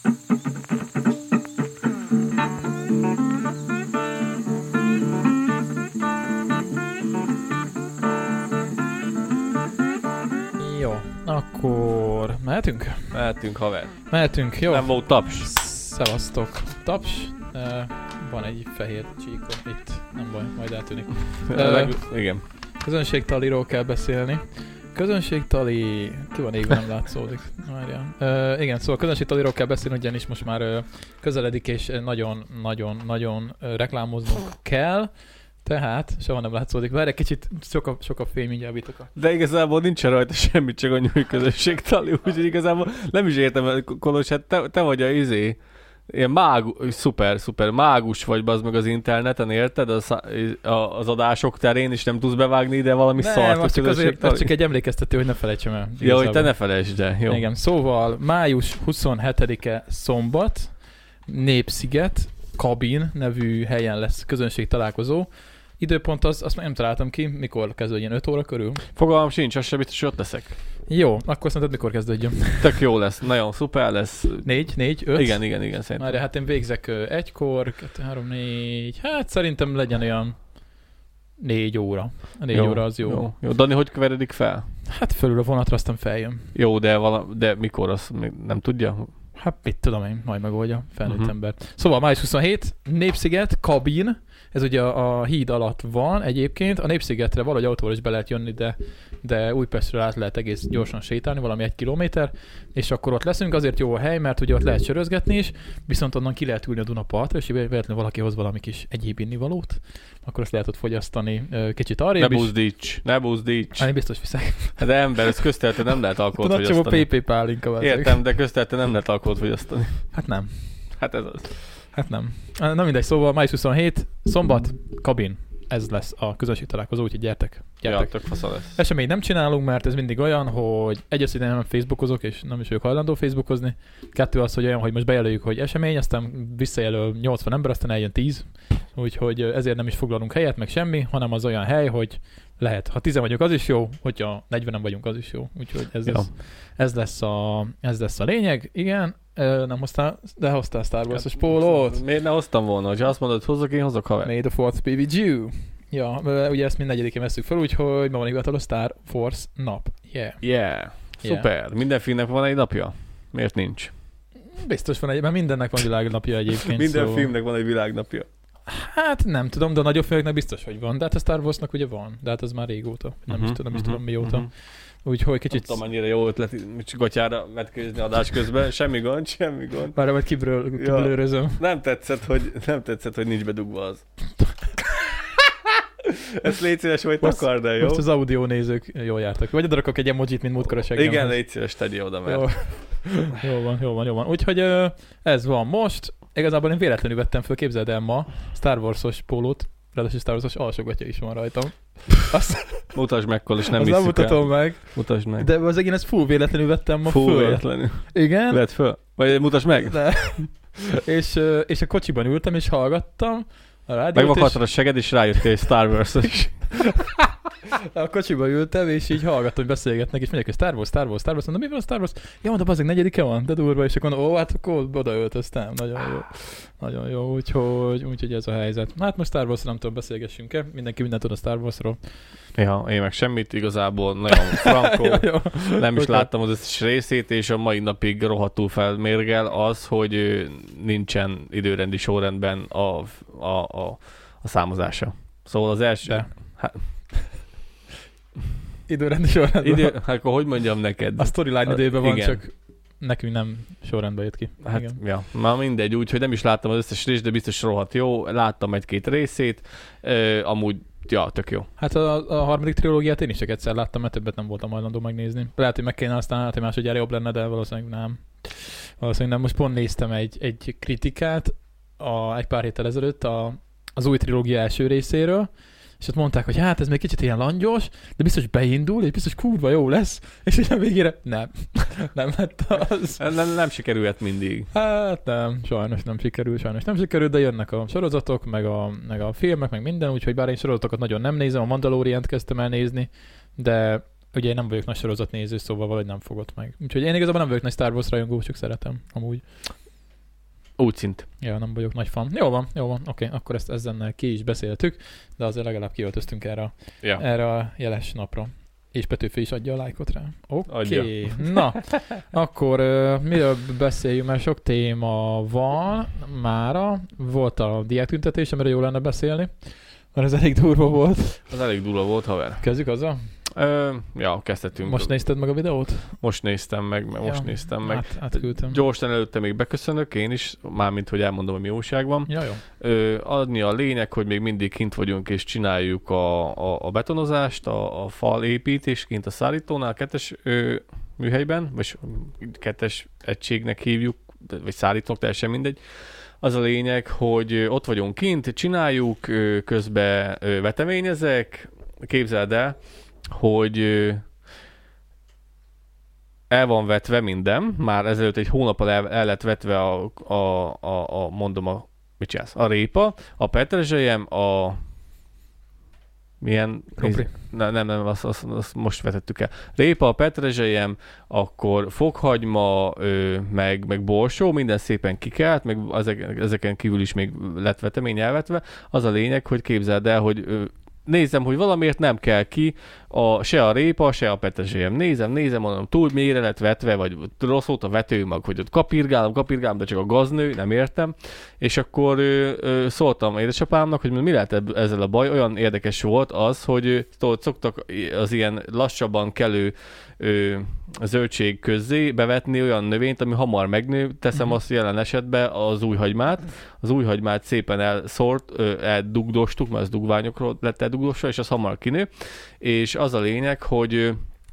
Jó, akkor mehetünk? Mehetünk, haver. Mehetünk, jó. Nem volt taps. Szevasztok. Taps. Van egy fehér csíkom itt. Nem baj, majd eltűnik. Igen. Közönségtaliról kell beszélni. Közönségtali... Ki van égve, nem látszódik. Várjál. Igen, szóval közönségtaliról kell beszélni, ugyanis most már közeledik, és nagyon reklámoznunk kell. Tehát, soha nem látszódik. Várj, egy kicsit sok a fény, mindjárt vitok. De igazából nincsen rajta semmit, csak annyi, hogy közönségtali, úgyhogy igazából nem is értem, Kolos, hát te vagy a ilyen szuper mágus vagy bazd meg az interneten, érted? Az adások terén, és nem tudsz bevágni ide valami szart. Nem, csak egy emlékeztető, hogy ne felejtsem el. Ja, hogy te ne felejtsd el. Jó. Igen, szóval május 27-e szombat, Népsziget, Kabin nevű helyen lesz közönségtalálkozó. Időpont azt nem találtam ki, mikor kezdődjön, 5 óra körül? Fogalmam sincs, az sem biztos, hogy ott leszek. Jó, akkor szerinted mikor kezdődjön? Tök jó lesz, nagyon szuper lesz. 4, 5? Igen, szerintem. Már hát én végzek 1-kor, 2, 3, 4, hát szerintem legyen olyan 4 óra. A 4 óra az jó. Dani, hogy keveredik fel? Hát fölül a vonatra, aztán feljön. Jó, de mikor, azt még nem tudja? Hát mit tudom én, majd megoldja, felnőtt ember. Szóval május 27, Népsziget, Kabin, ez ugye a híd alatt van egyébként, a Népszigetre valahogy autóval is be lehet jönni, de Újpestről át lehet egész gyorsan sétálni, valami 1 kilométer, és akkor ott leszünk, azért jó a hely, mert ugye ott lehet sörözgetni is, viszont onnan ki lehet ülni a Dunapartra, és véletlenül valaki hoz valami kis egyéb innivalót, akkor azt lehet ott fogyasztani kicsit arrébb is. Ne buzdíts. Hát én biztos viszek. De ember, ez közterületen nem lehet alkoholt fogyasztani. PP pálinka. Értem, de közterületen nem lehet alkoholt fogyasztani. Hát nem. Hát ez az. Hát nem. Na mindegy, szóval május 27, szombat, Kabin. Ez lesz a közönségtalálkozó, úgyhogy gyertek. Ja, tök fasza lesz. Eseményt nem csinálunk, mert ez mindig olyan, hogy egyrészt nem Facebookozok, és nem is vagyok hajlandó Facebookozni. 2 az, hogy olyan, hogy most bejelöljük, hogy esemény, aztán visszajelöl 80 ember, aztán eljön 10. Úgyhogy ezért nem is foglalunk helyet, meg semmi, hanem az olyan hely, hogy lehet. Ha 10 vagyunk, az is jó, hogyha 40-en vagyunk, az is jó. Úgyhogy ez lesz a lényeg. Igen. Nem hoztál, de hoztál Star Wars-os pólót. Miért ne hoztam volna? Ha azt mondod, hogy hozzak, én hozok, haver. May the fourth be with you. Ja, ugye ezt mind 4-én veszük fel, úgyhogy ma van hivatalos Star Wars nap. Yeah. Szuper. Minden filmnek van egy napja? Miért nincs? Biztos van mert mindennek van világnapja egyébként. Minden filmnek van egy világnapja. Hát nem tudom, de a nagyobb filmeknek biztos, hogy van. De hát a Star Warsnak ugye van. De hát az már régóta. Nem is tudom mióta. Úgyhogy kicsit... Nem tudom, annyira jó ötlet gatyára vetkőzni adás közben. Semmi gond. Már majd kiblőrözöm. Nem tetszett, hogy nincs bedugva az. Ezt légy szíves, hogy takard el, jó? Most az audio nézők jól jártak. Vagy odarakok egy emojit, mint múltkor a seggemhez. Igen, légy szíves, tegyél oda, mert... Jó van. Úgyhogy ez van most. Igazából én véletlenül vettem föl, képzeld el ma Star Wars-os pólót. Ráadásul Star Wars-os alsógatja is van rajtam. Mutasd meg, Kolos, nem hiszük el. Mutatom meg. Mutasd meg. De az egész full véletlenül vettem ma föl. Véletlenül. Igen. Vedd föl. Vagy mutasd meg. De. és a kocsiban ültem, és hallgattam a rádiót. Megvakartad a seged, és rájöttél egy Star Wars-os. A kocsiba ültem, és így hallgattam, hogy beszélgetnek, és mondják, hogy Star Wars. Mondom, mi van a Star Wars? Ja, mondom, az 4-e van, de durva, és akkor mondom, hát akkor odaöltöztem. Nagyon jó, úgyhogy ez a helyzet. Hát most Star Wars-ról nem tudom, beszélgessünk-e? Mindenki mindent tud a Star Wars-ról. Ja, én meg semmit, igazából nagyon frankó. Nem is láttam az összes részét, és a mai napig rohadtul felmérgel az, hogy nincsen időrendi sorrendben a számozása. Szóval az első... Időrendi sorrendben. Hát akkor hogy mondjam neked? A storyline időben van, igen. Csak nekünk nem sorrendben jött ki. Hát, igen. Ja, már mindegy, úgyhogy nem is láttam az összes részt, de biztos rohadt jó. Láttam 1-2 részét, amúgy, ja, tök jó. Hát a harmadik trilógiát én is csak egyszer láttam, mert többet nem voltam hajlandó megnézni. Lehet, hogy meg kéne aztán, hát, hogy másodjára jobb lenne, de valószínűleg nem. Most pont néztem egy kritikát egy pár héttel ezelőtt az új trilógia első részéről, és ott mondták, hogy hát ez még kicsit ilyen langyos, de biztos beindul, és biztos kurva jó lesz, és így a végére nem lett az. Nem sikerült mindig. Hát nem, sajnos nem sikerült, de jönnek a sorozatok, meg a filmek, meg minden, úgyhogy bár én sorozatokat nagyon nem nézem, a Mandaloriant kezdtem el nézni, de ugye én nem vagyok nagy sorozatnéző, szóval valahogy nem fogott meg. Úgyhogy én igazából nem vagyok nagy Star Wars rajongó, csak szeretem, amúgy. Úgy szint. Ja, nem vagyok nagy fan. Jó van, oké, akkor ezt ezzel ki is beszéltük, de azért legalább kiöltöztünk erre a jeles napra. És Petőfi is adja a lájkot rá. Oké. Na, akkor miről beszéljünk, mert sok téma van mára. Volt a diáktüntetés, amire jó lenne beszélni, mert ez elég durva volt. Az elég durva volt, haver. Kezdjük azzal? Kezdhetünk. Most nézted meg a videót? Most néztem meg. Átküldtem. Gyorsan előtte még beköszönök, én is, mármint, hogy elmondom, hogy mi újság van. Ja, jó. Adni a lényeg, hogy még mindig kint vagyunk, és csináljuk a betonozást, a fal építés kint a szállítónál, 2-es műhelyben, vagy 2-es egységnek hívjuk, vagy szállítók, teljesen mindegy. Az a lényeg, hogy ott vagyunk kint, csináljuk, közben veteményezek, képzeld el, hogy el van vetve minden, már ezelőtt egy hónappal el lett vetve mit csinálsz? A répa, a petrezselyem, Nem, azt most vetettük el. Répa, petrezselyem, akkor fokhagyma, meg borsó, minden szépen kikelt, meg ezeken kívül is még lett vetemény elvetve. Az a lényeg, hogy képzeld el, hogy nézem, hogy valamiért nem kell ki se a répa, se a petrezselyem. Nézem, mondom, túl mélyre lett vetve, vagy rossz volt a vetőmag, hogy ott kapirgálom, de csak a gaznő, nem értem. És akkor szóltam édesapámnak, hogy mi lehet ezzel a baj. Olyan érdekes volt az, hogy szoktak az ilyen lassabban kelő zöldség közzé bevetni olyan növényt, ami hamar megnő. Teszem azt jelen esetben az újhagymát. Az újhagymát szépen eldugdostuk, mert az dugványokról lett eldugdosva, és az hamar kinő. És az a lényeg, hogy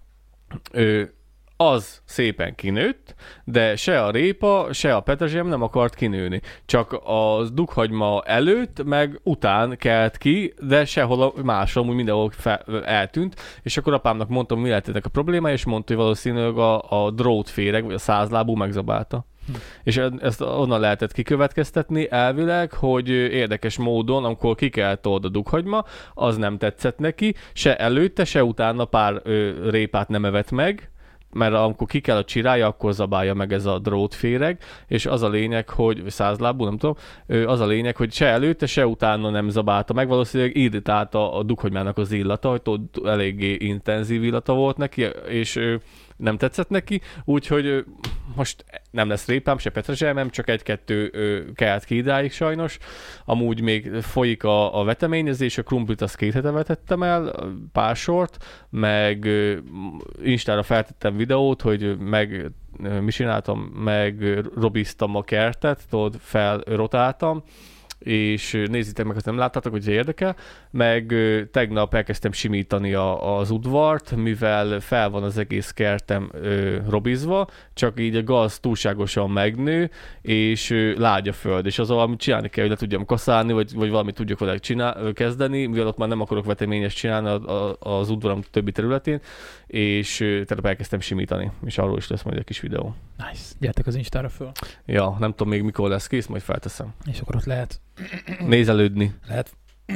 az szépen kinőtt, de se a répa, se a petrezselyem nem akart kinőni. Csak a dughagyma előtt, meg után kelt ki, de sehol máshol, úgy mindenhol eltűnt, és akkor apámnak mondtam, mi lehet ennek a problémája, és mondta, hogy valószínűleg a drótféreg, vagy a százlábú megzabálta. És ezt onnan lehetett kikövetkeztetni elvileg, hogy érdekes módon, amikor kikelt a dughagyma, az nem tetszett neki, se előtte, se utána pár répát nem evett meg, mert amikor ki kell a csirája, akkor zabálja meg ez a drótféreg, és az a lényeg, hogy százlábú, nem tudom, az a lényeg, hogy se előtte, se utána nem zabálta meg, valószínűleg irritálta a dughagymának az illata, hogy eléggé intenzív illata volt neki, és nem tetszett neki, úgyhogy most nem lesz répám, se petrezselyem, csak 1-2 kelt ki idáig sajnos. Amúgy még folyik a veteményezés, a krumplit azt 2 hete vetettem el, pár sort, meg Instára feltettem videót, hogy mi csináltam, meg robiztam a kertet, felrotáltam, és nézzétek meg, ha nem láttátok, hogy érdekel, meg tegnap elkezdtem simítani az udvart, mivel fel van az egész kertem robizva, csak így a gaz túlságosan megnő, és lágy a föld, és azzal valamit csinálni kell, hogy le tudjam kaszálni, vagy valamit tudjak vele kezdeni, mivel ott már nem akarok veteményest csinálni az udvaram többi területén, és tehát elkezdtem simítani, és arról is lesz majd egy kis videó. Nice. Gyertek az Instára föl. Ja, nem tudom még mikor lesz kész, majd felteszem. És akkor ott lehet nézelődni. Lehet.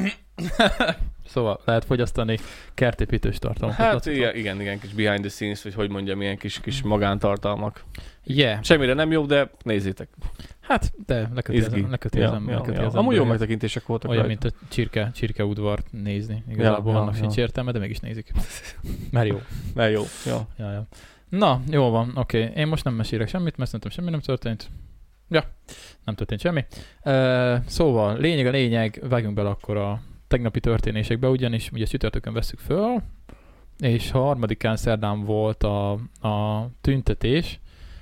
Szóval lehet fogyasztani kertépítős tartalmakat. Hát igen, kis behind the scenes, vagy hogy mondjam, ilyen kis magántartalmak. Yeah. Semmire nem jó, de nézzétek. Hát, de lekötélzem. Amúgy jó megtekintések voltak. Olyan, mint a csirke udvart nézni. Igazából annak sincs értelme, de mégis nézik. Mert jó. Ja. Na, jó van, oké. Én most nem mesélek semmit, mert szerintem semmi nem történt. Ja, nem történt semmi. Szóval, lényeg, vágjunk bele akkor a tegnapi történésekbe, ugyanis ugye csütörtökön vesszük föl, és 3-án szerdán volt a tüntetés.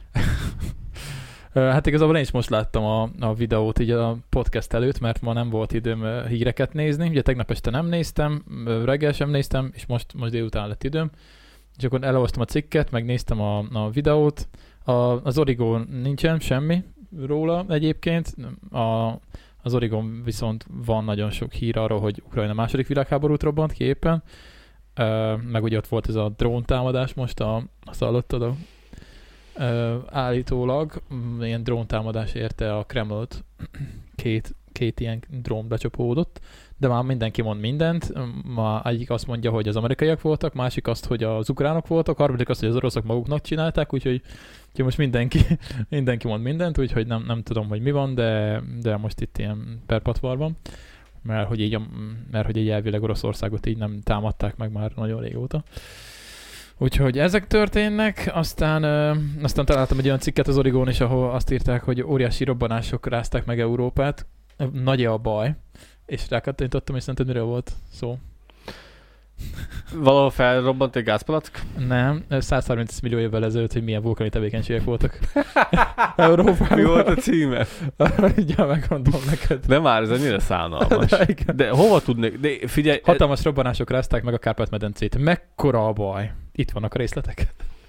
Hát igazából én is most láttam a videót így a podcast előtt, mert ma nem volt időm híreket nézni. Ugye tegnap este nem néztem, reggel sem néztem, és most délután lett időm. És akkor elolvastam a cikket, megnéztem a videót. Az Origon nincsen semmi róla egyébként. Az Origon viszont van nagyon sok hír arról, hogy Ukrajna második világháborút robbant ki éppen. Meg ugye ott volt ez a dróntámadás most, azt hallottad, állítólag ilyen dróntámadás érte a Kremlt, két ilyen drón becsapódott, de már mindenki mond mindent. Már egyik azt mondja, hogy az amerikaiak voltak, másik azt, hogy az ukránok voltak, harmadik azt, hogy az oroszok maguknak csinálták, úgyhogy Úgyhogy most mindenki mond mindent, úgyhogy nem tudom, hogy mi van, de most itt ilyen perpatvar van, mert hogy így elvileg Oroszországot így nem támadták meg már nagyon régóta. Úgyhogy ezek történnek, aztán találtam egy olyan cikket az Origón is, ahol azt írták, hogy óriási robbanások rázták meg Európát. Nagy a baj. És rákattintottam, és szerinted miről volt szó? Valahol felrobbant egy gázpalack? Nem, 130 millió évvel ezelőtt, hogy milyen vulkani tevékenységek voltak Európában. Mi volt a címe? Ja, megmondom neked. De már ez ennyire szánalmas. De hova tudnék? De figyelj... Hatalmas robbanások rázták meg a Kárpát-medencét. Mekkora a baj? Itt vannak a részletek.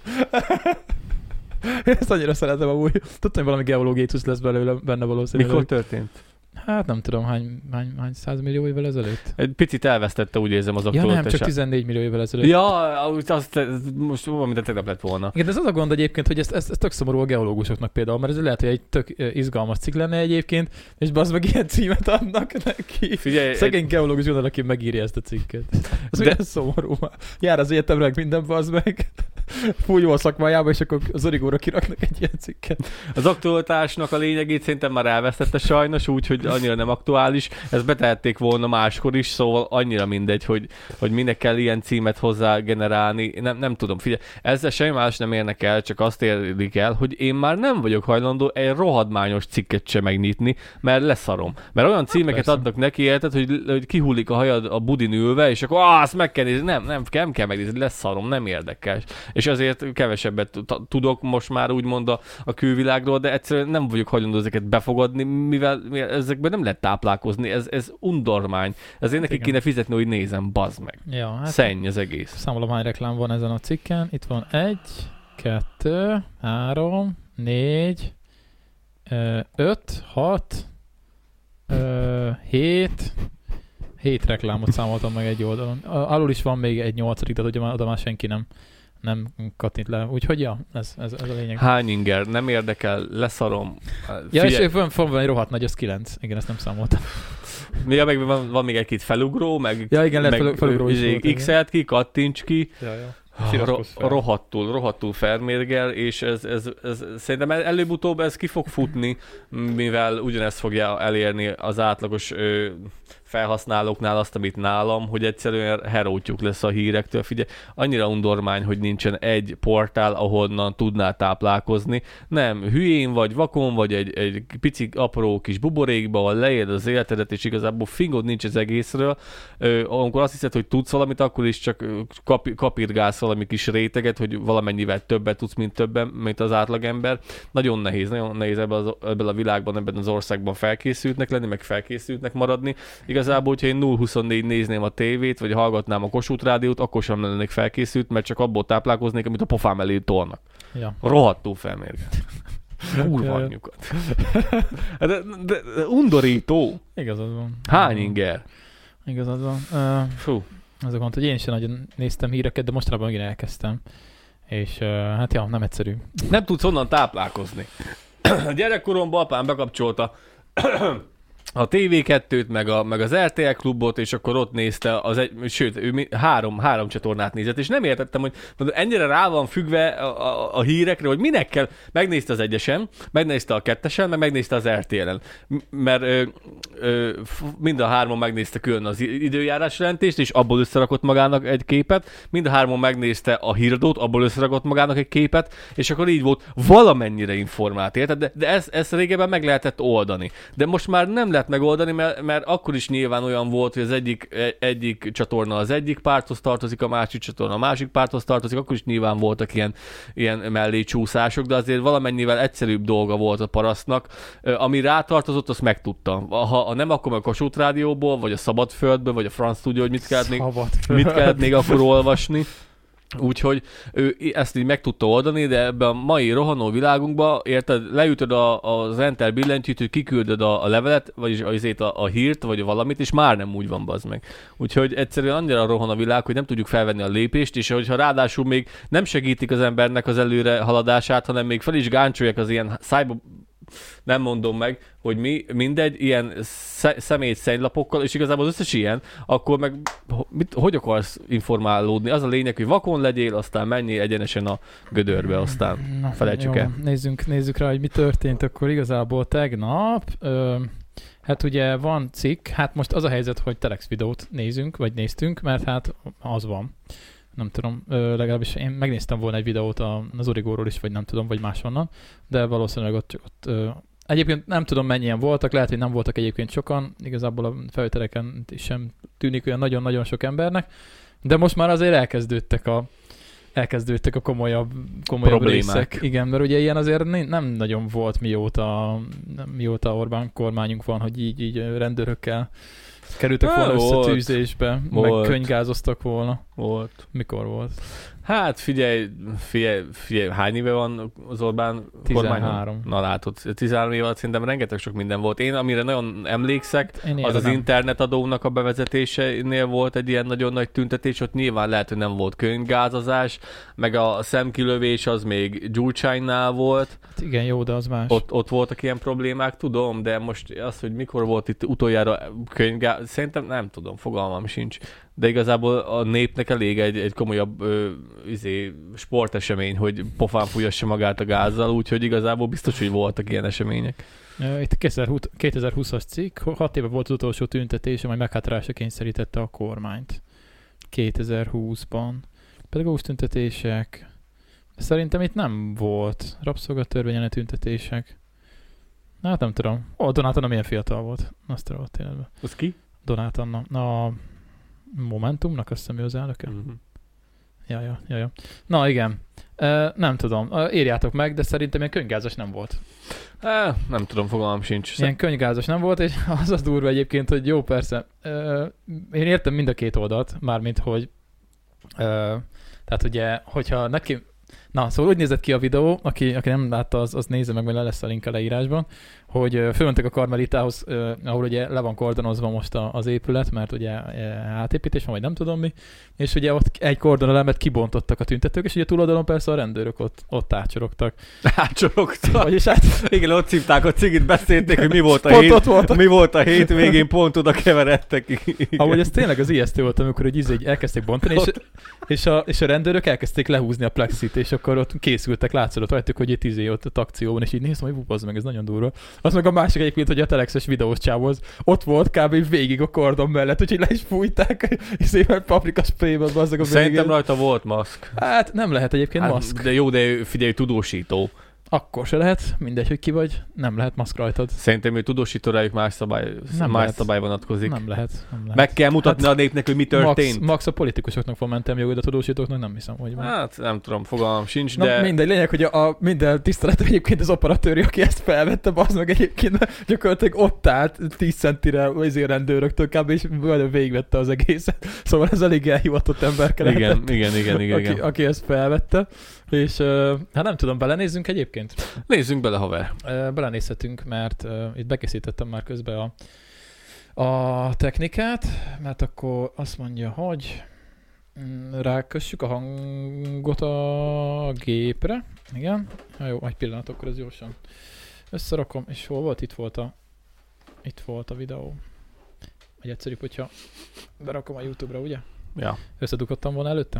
Én ezt annyira szeretem amúgy. Tudtam, hogy valami geológiai tusz lesz benne valószínűleg. Mikor történt? Hát nem tudom, hány 100 millió évvel ezelőtt? Egy picit elvesztette, úgy érzem, az aktualitását. Ja nem, csak 14 millió évvel ezelőtt. Ja, azt most valamit tegnap lett volna. Igen, de ez az a gond egyébként, hogy ez tök szomorú a geológusoknak például, mert ez lehet, hogy egy tök izgalmas cikk lenne egyébként, és bazd meg ilyen címet adnak neki. Figyelj, szegény geológus jön, aki megírja ezt a cikket. Ez olyan szomorú. Jár az egyetemre minden bazd meg. Fújó a szakmájába, és akkor az Origóra kiraknak egy ilyen cikket. Az aktualitásnak a lényegét szerintem már elvesztette sajnos, úgyhogy annyira nem aktuális. Ezt betehették volna máskor is, szóval annyira mindegy, hogy minek kell ilyen címet hozzá generálni. Nem tudom, figyelj, ezzel semmi más nem érnek el, csak azt érik el, hogy én már nem vagyok hajlandó egy rohadmányos cikket sem megnyitni, mert leszarom. Mert olyan címeket adnak neki, érted, hogy kihullik a hajad a budin ülve, és akkor azt meg kell nézni. Nem kell megnézni, leszarom, nem érdekes. És azért kevesebbet tudok most már úgymond a külvilágról, de egyszerűen nem vagyok hajlandó ezeket befogadni, mivel ezekben nem lehet táplálkozni, ez undormány. Ezért neki kéne fizetni, hogy nézem, bazd meg. Ja, hát szenny az egész. Számolom, hány reklám van ezen a cikken. Itt van 1, 2, 3, 4, 5, 6, 7 reklámot számoltam meg egy oldalon. Alul is van még egy 8, de ugye oda már senki nem kattint le. Úgyhogy ja, ez a lényeg. Hány inger? Nem érdekel, leszarom. Ja, és van egy rohadt nagy, az 9. Igen, ezt nem számoltam. Ja, meg van még egy-két felugró, meg... Ja, igen, lehet felugró is volt. X-elt ki, kattints ki. Ja. Rohadtul felmérgel, és ez szerintem előbb-utóbb ez ki fog futni, mivel ugyanezt fogja elérni az átlagos felhasználóknál azt, amit nálam, hogy egyszerűen herótjuk lesz a hírektől. Figyelj, annyira undormány, hogy nincsen egy portál, ahonnan tudnál táplálkozni. Nem, hülyén vagy, vakon vagy egy pici apró kis buborékba, ahol leéld az életedet, és igazából fingod nincs az egészről. Amikor azt hiszed, hogy tudsz valamit, akkor is csak kapirgálsz valami kis réteget, hogy valamennyivel többet tudsz, mint az átlagember. Nagyon nehéz ebben a világban, ebben az országban felkészültnek lenni, meg felkészültnek maradni. Igazából, hogyha én 0-24 nézném a tévét, vagy hallgatnám a Kossuth Rádiót, akkor sem lennék felkészült, mert csak abból táplálkoznék, amit a pofám elé tolnak. Ja. Rohadtul felmérgel. Kurva anyjukat. De undorító. Igazad van. Hány inger? Igazad van. Fú. Az a gond, hogy én sem nagyon néztem híreket, de mostanában megint elkezdtem. És hát ja, nem egyszerű. Nem tudsz onnan táplálkozni. A gyerekkoromban apám bekapcsolta a TV2-t, meg az RTL klubot, és akkor ott nézte, sőt, ő három csatornát nézett, és nem értettem, hogy ennyire rá van függve a hírekre, hogy minek kell. Megnézte az egyesen, megnézte a kettesen, meg megnézte az RTL-en. Mert mind a hárman megnézte külön az időjárás jelentést, és abból összerakott magának egy képet, mind a hárman megnézte a híradót, abból összerakott magának egy képet, és akkor így volt valamennyire informált, érted? De ezt régebben meg lehetett oldani. De most már nem lehet megoldani, mert akkor is nyilván olyan volt, hogy az egyik csatorna az egyik párthoz tartozik, a másik csatorna a másik párthoz tartozik, akkor is nyilván voltak ilyen mellécsúszások, de azért valamennyivel egyszerűbb dolga volt a parasztnak. Ami rátartozott, azt megtudta. Ha nem, akkor meg a Kossuth Rádióból, vagy a Szabadföldből, vagy a France tudja, hogy mit kellett még akkor olvasni. Úgyhogy ő ezt így meg tudta oldani, de ebben a mai rohanó világunkban, érted, leütöd az Enter billentyűt, kiküldöd a levelet, vagyis a hírt, vagy valamit, és már nem úgy van, bazd meg. Úgyhogy egyszerűen annyira rohan a világ, hogy nem tudjuk felvenni a lépést, és hogyha ráadásul még nem segítik az embernek az előre haladását, hanem még fel is gáncsolják az ilyen nem mondom meg, hogy mi mindegy, ilyen személyes szennylapokkal, és igazából az összes ilyen, akkor meg hogy akarsz informálódni? Az a lényeg, hogy vakon legyél, aztán menjél egyenesen a gödörbe, aztán felejtsük el. Nézzük rá, hogy mi történt akkor igazából tegnap. Hát ugye van cikk, hát most az a helyzet, hogy Telex videót nézünk, vagy néztünk, mert hát az van. Nem tudom, legalábbis én megnéztem volna egy videót az Origóról is, vagy nem tudom, vagy máshonnan, de valószínűleg ott egyébként nem tudom mennyien voltak, lehet, hogy nem voltak egyébként sokan, igazából a felvételeken sem tűnik olyan nagyon-nagyon sok embernek, de most már azért elkezdődtek a komolyabb részek. Igen, mert ugye ilyen azért nem nagyon volt mióta Orbán kormányunk van, hogy így rendőrökkel kerültek volna összetűzésbe, meg könygázoztak volna. Volt. Mikor volt? Hát figyelj, hány éve van az Orbán 13. Na látod, 13 év alatt szerintem rengeteg sok minden volt. Én amire nagyon emlékszek, az internetadónak a bevezetésénél volt egy ilyen nagyon nagy tüntetés, ott nyilván lehet, hogy nem volt könygázazás, meg a szemkilövés az még Gyurcsánynál volt. Hát igen, jó, de az más. Ott voltak ilyen problémák, tudom, de most az, hogy mikor volt itt utoljára könyvgáz, szerintem nem tudom, fogalmam sincs. De igazából a népnek elég egy komolyabb sportesemény, hogy pofán fújassa magát a gázzal, úgyhogy igazából biztos, hogy voltak ilyen események. Itt 2020-as cikk, 6 éve volt az utolsó tüntetés, amely meghátrálásra kényszerítette a kormányt. 2020-ban. Pedagógus tüntetések. Szerintem itt nem volt. Rabszolgatörvényellenes tüntetések. Hát nem tudom. Donát Anna milyen fiatal volt. Azt tudom, tényleg. Az ki? Donát Anna. A Momentumnak, azt hiszem, ő az elnöke. Mm-hmm. Ja. Na igen. Nem tudom. Írjátok meg, de szerintem ilyen könygázas nem volt. Nem tudom, fogalmam sincs. Ilyen könygázas nem volt, és az durva egyébként, hogy jó, persze. Én értem mind a két oldalt, mármint, hogy tehát ugye, hogyha neki... Na, szóval úgy nézett ki a videó, aki nem látta, az nézze meg, mert le lesz a link a leírásban, hogy fölmentek a Karmelitához, ahol ugye le van kordonozva most az épület, mert ugye átépítés van, vagy nem tudom mi, és ugye ott egy kordonelemet kibontottak a tüntetők, és ugye túloldalon persze a rendőrök ott átsorogtak. Átsorogtak? Vagyis igen, ott szívták a cigit, beszélték, hogy mi volt a hét végén, pont oda keveredtek. Ahogy ez tényleg az ijesztő volt, amikor így elkezdték bontani, és a rendőrök elkezdték lehúzni a plexit, és akkor ott készültek, látszott rajtuk, hogy itt ott a takcióban, és így néztem, hogy az meg, ez nagyon durva. Az meg a másik egyébként, hogy a Telexes videós csávóz ott volt kb. Végig a kordon mellett, úgyhogy le is fújták, és szépen paprika sprayban bazzag a végén. Szerintem rajta volt maszk. Hát nem lehet egyébként maszk. De jó, de figyelj, tudósító. Akkor se lehet, mindegy, hogy ki vagy, nem lehet maszk rajtad. Szerintem, hogy tudósító rájuk más szabály vonatkozik. Nem lehet. Meg kell mutatni a népnek, hogy mi történt. Max a politikusoknak van mentem jogod, a tudósítóknak nem hiszem, hogy van. Hát nem tudom, fogalmam sincs, de... Mindegy, lényeg, hogy minden tisztelet egyébként az operatőri, aki ezt felvette, az meg egyébként gyakorlatilag ott állt 10 centire az rendőröktől kb. És végigvette az egészet. Szóval ez elég elhivatott ember kellett. Igen. Aki ezt felvette. És hát nem tudom, belenézzünk egyébként? Nézzünk bele, haver. Belenézhetünk, mert itt bekészítettem már közben a technikát, mert akkor azt mondja, hogy rákössük a hangot a gépre. Igen. Jó, egy pillanat, akkor ez gyorsan összerakom. És hol volt? Itt volt a videó. Egy egyszerűbb, hogyha berakom a YouTube-ra, ugye? Ja. Összedugottam volna előtte?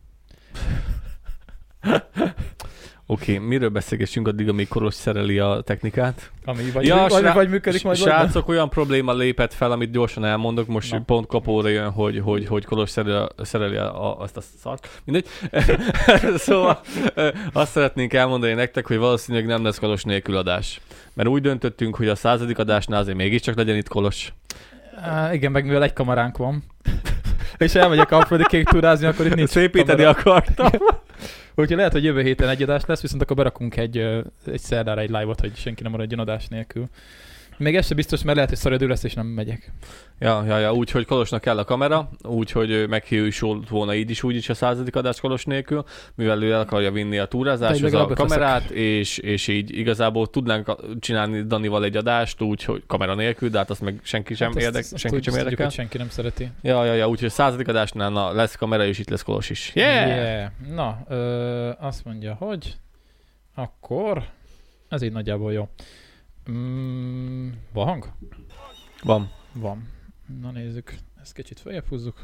Oké, miről beszélgessünk addig, amíg Kolos szereli a technikát? Vagy működik majd. Srácok, olyan probléma lépett fel, amit gyorsan elmondok, most pont kapóra jön, hogy Kolos szereli azt a szart. Mindegy. Szóval azt szeretnénk elmondani nektek, hogy valószínűleg nem lesz Kolos nélkül adás. Mert úgy döntöttünk, hogy a 100. adásnál azért mégiscsak legyen itt Kolos. Igen, meg mivel egy kameránk van. És elmegyek Alföldi Kék túrázni, akkor itt nincs szépíteni akartam. Úgyhogy lehet, hogy jövő héten egy adás lesz, viszont akkor berakunk egy szerdára egy live-ot, hogy senki nem maradjon adás nélkül. Még ez sem biztos, mert lehet, hogy szaradő lesz, és nem megyek. Ja, úgyhogy Kolosnak kell a kamera, úgyhogy meghívjuk volna így is, úgy is a 100. adás Kolos nélkül, mivel ő el akarja vinni a túrázáshoz a kamerát, és így igazából tudnánk csinálni Danival egy adást, úgyhogy kamera nélkül, de hát azt meg senki sem érdekel. Senki nem szereti. Ja, úgyhogy a 100. adásnál lesz kamera, és itt lesz Kolos is. Yeah! Na, azt mondja, hogy akkor ez így nagyjából jó. Van hang? Van. Van. Na nézzük. Ezt kicsit feljebb húzzuk.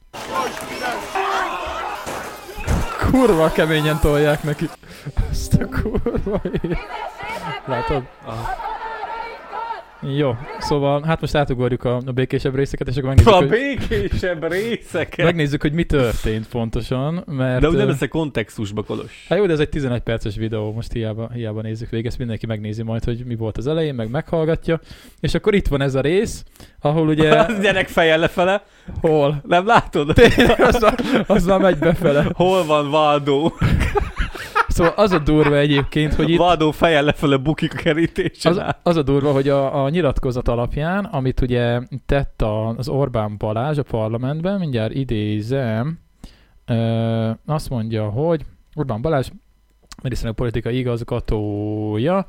Kurva keményen tolják neki. Ezt a kurva ér. Látod? Aha. Jó, szóval hát most átugorjuk a békésebb részeket, és akkor megnézzük, a békésebb részeket? Megnézzük, hogy mi történt pontosan, mert... De úgy nem lesz a kontextusba, Kolos. Hát jó, de ez egy 11 perces videó, most hiába nézzük végig, ezt mindenki megnézi majd, hogy mi volt az elején, meg meghallgatja. És akkor itt van ez a rész, ahol ugye... Az gyerek fejjel lefele. Hol? Nem látod? Tényleg, az már megy befele. Hol van Valdó? Szóval az a durva egyébként, hogy itt... Valdó fejjel lefele bukik a kerítésen. Az a durva, hogy a nyilatkozat alapján, amit ugye tett az Orbán Balázs a parlamentben, mindjárt idézem, azt mondja, hogy Orbán Balázs miniszterelnök politikai igazgatója,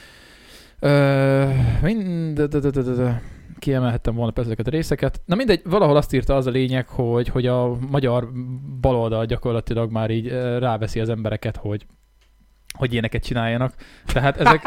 kiemelhettem volna persze ezeket a részeket. Na mindegy, valahol azt írta az a lényeg, hogy a magyar baloldal gyakorlatilag már így ráveszi az embereket, hogy ilyeneket csináljanak. Tehát ezek...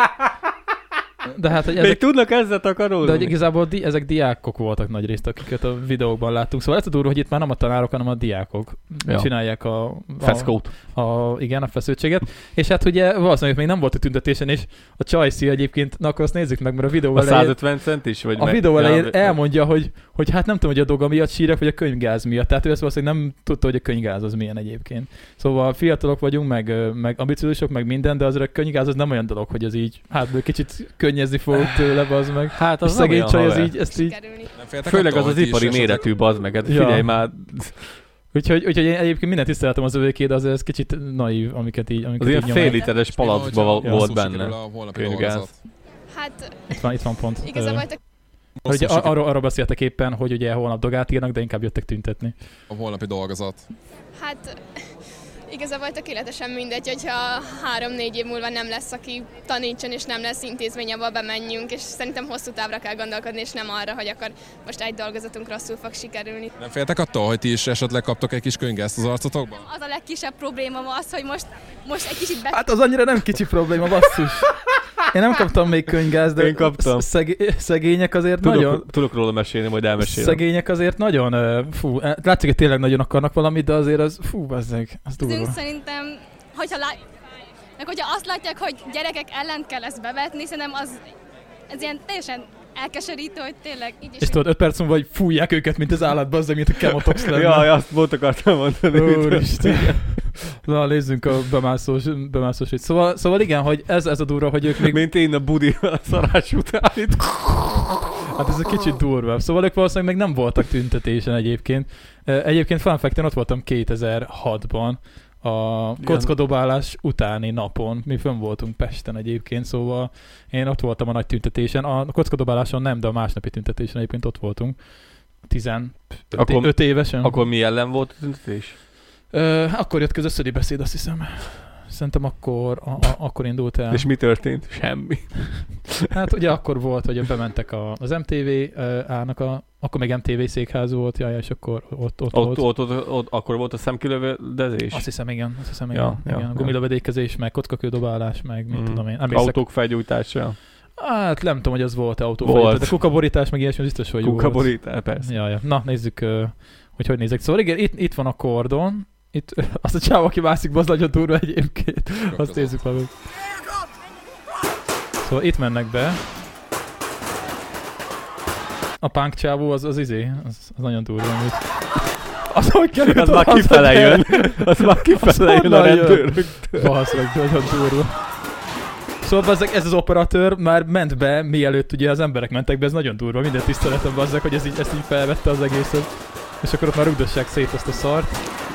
De hát, hogy ezek... Még tudnak ezzel takarózni? De hogy igazából ezek diákok voltak nagyrészt, akiket a videókban láttunk. Szóval ez a durva, hogy itt már nem a tanárok, hanem a diákok csinálják a feszkót. Igen, a feszültséget. És hát ugye valószínűleg még nem volt a tüntetésen, és a Csajci egyébként, na akkor azt nézzük meg, mert a videó elején... A 150 cent is? Vagy a videó elején elmondja, hogy hát nem tudom, hogy a doga miatt sírek, vagy a könyvgáz miatt. Tehát ő ezt valószínűleg nem tudta, hogy a könyvgáz az milyen egyébként. Szóval fiatalok vagyunk, meg ambiciózusok, meg minden, de azért a könyvgáz az nem olyan dolog, hogy az így hátból kicsit könnyezni fog tőle, bazd meg. Hát az szegény csaj, az így, ezt így... Főleg az ipari méretű, bazd meg. Hát figyelj már... Úgyhogy én egyébként mindent tiszteltem az övéké, de azért ez kicsit naív, amiket így az ilyen fél literes palackba volt benne. Könyvgáz. Hát... Itt van pont. Igazából hogy arról beszéltek éppen, hogy ugye holnap dogát írnak, de inkább jöttek tüntetni. A holnapi dolgozat. Hát... Igazából tökéletesen mindegy, hogyha 3-4 év múlva nem lesz, aki tanítson, és nem lesz intézmény, abba bemenjünk, és szerintem hosszú távra kell gondolkodni, és nem arra, hogy akkor most egy dolgozatunk rosszul fog sikerülni. Nem féltek attól, hogy ti is esetleg kaptok egy kis könyvgázt az arcotokban? Az a legkisebb probléma az, hogy most egy kicsit Hát az annyira nem kicsi probléma, basszus. Én nem kaptam még könyvgázt, de én kaptam. Szegények azért nagyon... Tudok róla mesélni, majd elmesélem. Szegények azért nagyon... Fú, látszik, hogy tényleg nagyon akarnak valamit, de azért az... Fú, bazzeg, az durva. Szerintem, hogyha azt látják, hogy gyerekek ellen kell ezt bevetni, szerintem ez ilyen teljesen elkeserítő, hogy tényleg így is... És tudod, 5 perc múlva, hogy fújják őket, mint az állat, bazzeg, mint a Chemotox lenne. Jaj, azt volt akartam mondani. Úristen. Na, nézzünk a bemászós itt. Szóval igen, hogy ez a durva, hogy ők még... Mint én a budi a szarás után itt. Hát ez egy kicsit durvább. Szóval ők valószínűleg még nem voltak tüntetésen egyébként. Egyébként fun fact, én ott voltam 2006-ban a kockadobálás utáni napon. Mi fönn voltunk Pesten egyébként, szóval én ott voltam a nagy tüntetésen. A kockadobáláson nem, de a másnapi tüntetésen egyébként ott voltunk. 15 évesen. Akkor mi ellen volt a tüntetés? Akkor jött ki az összödi beszéd, azt hiszem. Szerintem akkor indult el. És mi történt? Semmi. Hát ugye akkor volt, hogy bementek az MTV-ának akkor még MTV székház volt, és akkor ott volt. Ott akkor volt a szemkilövedezés? Azt hiszem, igen. Igen. A gumilövedékezés, meg kockakődobálás, meg mit tudom én. Autók felgyújtása. Hát nem tudom, hogy az volt autófelgyújtás, de kukaborítás, meg ilyesmi biztos, hogy kukaborítás, persze. Ja. Na, nézzük, hogy nézzek. Szóval igen, itt van a kordon. Itt azt a csáv, aki mászik, az nagyon durva egyébként. Azt nézzük maguk. Szóval itt mennek be. A punk csávó az nagyon durva. Az, hogy került, az már kifele jön. Az már kifele jön a rendőröktől. Baszlag, nagyon durva. Szóval ez az operatőr már ment be, mielőtt ugye az emberek mentek be, ez nagyon durva. Minden tiszteletem bazzak, hogy ezt így felvette az egészet. És akkor ott már rugdossák szét azt a szart.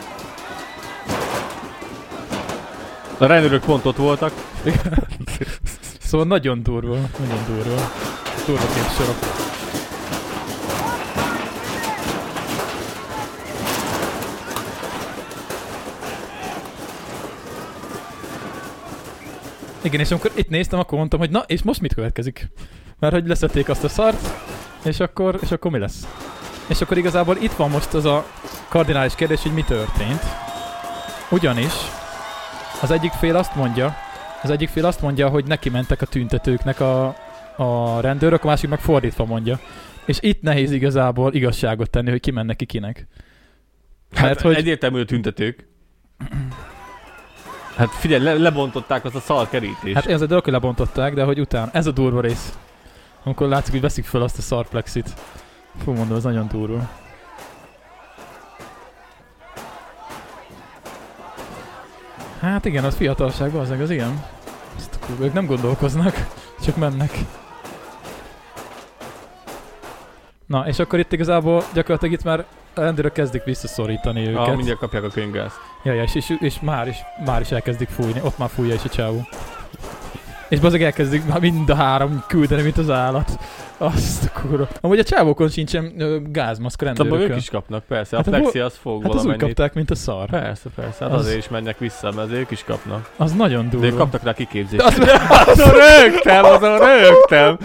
A rendőrök pont ott voltak. Szóval nagyon durva. Durva képsorok. Igen, és amikor itt néztem, akkor mondtam, hogy na, és most mit következik? Mert hogy leszették azt a szart, és akkor mi lesz? És akkor igazából itt van most az a kardinális kérdés, hogy mi történt. Ugyanis az egyik fél azt mondja, hogy neki mentek a tüntetőknek a rendőrök, a másik meg fordítva mondja. És itt nehéz igazából igazságot tenni, hogy ki menne ki kinek. Hát hogy... egyértelmű a tüntetők. Hát figyelj, lebontották azt a szarkerítést. Hát ez a dolog, hogy lebontották, de hogy utána, ez a durva rész. Amikor látszik, hogy veszik fel azt a szarplexit. Fú, mondom, ez nagyon durva. Hát igen, az fiatalságban az igen. Ők nem gondolkoznak, csak mennek. Na, és akkor itt igazából gyakorlatilag itt már a rendőrök kezdik visszaszorítani őket. Mindjárt kapják a könyvgázt. Ja, és már is elkezdik fújni. Ott már fújja is a csávó. És bazdmeg elkezdik már mind a három küldeni, mint az állat. Azt a kurva. Amúgy a csávókon sincsen gázmaszk rendőrökön. Abban ők is kapnak, persze. Hát a Flexi az fog hát valamennyit. Hát úgy kapták, mint a szar. Persze. Hát azért is mennek vissza, mert azért ők is kapnak. Az nagyon durva. De ők kaptak rá kiképzést. Azon rögtem!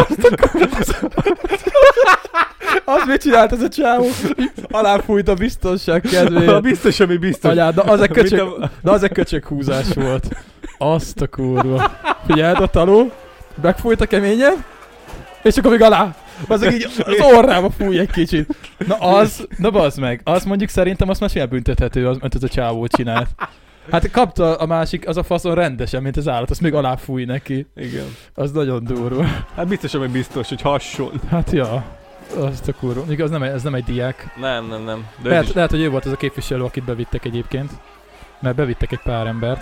Az mit csinált ez a csávó? Aláfújt a biztonság kedvéért. Biztos, ami biztos. Anyád, de az egy köcsög húzás volt. Azt a kurva. Figyeld, a taló, megfújt a keményen, és akkor még alá. Azok így az orrába fúj egy kicsit. Na bazd meg. Azt mondjuk szerintem azt már sem büntethető, amit ez a csávó csinált. Hát kapta a másik, az a faszon rendesen, mint az állat, azt még alá fúj neki. Igen. Az nagyon durva. Hát biztos, ami biztos, hogy hasonl. Hát ja. Azt a kurva. Igaz, ez nem egy diák. Nem. De lehet, hogy ő volt az a képviselő, akit bevittek egyébként. Mert bevittek egy pár embert.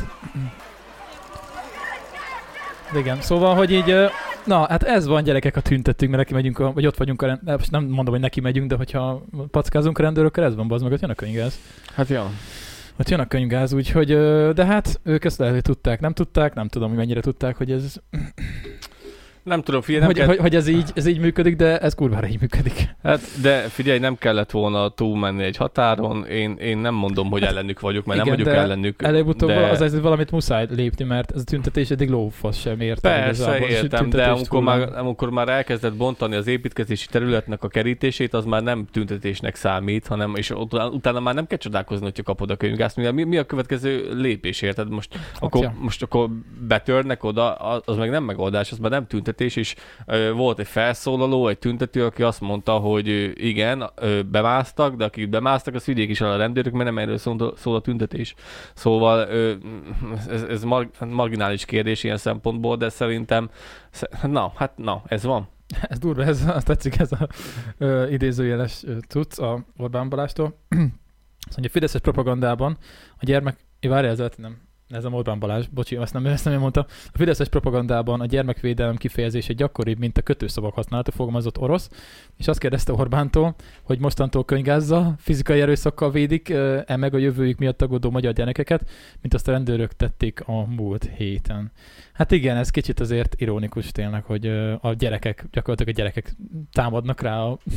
De igen, szóval, hogy így... Na, hát ez van, gyerekek, a tüntetünk, mert neki megyünk, vagy ott vagyunk nem mondom, hogy neki megyünk, de hogyha packázunk a rendőrökkel, ez van, bazd meg, ott jön a könyvgáz. Hát ja. Ott jön a könyvgáz, úgyhogy... De hát ők ezt lehet, hogy tudták, nem tudom, hogy mennyire tudták, hogy ez... Nem tudom, figyelj, hogy ez így működik, de ez kurvára így működik. Hát, de figyelj, nem kellett volna túlmenni egy határon, én nem mondom, hogy ellenük vagyok, mert igen, nem vagyok ellenük. Előbb-utóbb az valamit muszáj lépni, mert ez a tüntetés eddig lófasz sem értem. Persze, értem, de amikor már elkezdett bontani az építkezési területnek a kerítését, az már nem tüntetésnek számít, hanem, és utána már nem kell csodálkozni, hogyha kapod a könyvgázt. Mi a következő lépés, érted? Most akkor betörnek oda, az meg nem megoldás, az már nem tüntetés, és volt egy felszólaló, egy tüntető, aki azt mondta, hogy igen, bemásztak, de akik bemásztak, az vigyék is el a rendőrök, mert nem erről szól a tüntetés. Szóval ez marginális kérdés ilyen szempontból, de szerintem, ez van. Ez durva, azt tetszik, ez a idézőjeles cucc a Orbán Balástól. Azt mondja, a fideszes propagandában a gyermek... Ez a Orbán Balázs, bocsi, azt nem én mondtam. A fideszes propagandában a gyermekvédelem kifejezése gyakoribb, mint a kötőszavak használata, fogalmazott orosz, és azt kérdezte Orbántól, hogy mostantól könyvgázzal, fizikai erőszakkal védik meg a jövőjük miatt aggódó magyar gyerekeket, mint azt a rendőrök tették a múlt héten. Hát igen, ez kicsit azért ironikus tényleg, hogy gyakorlatilag a gyerekek támadnak rá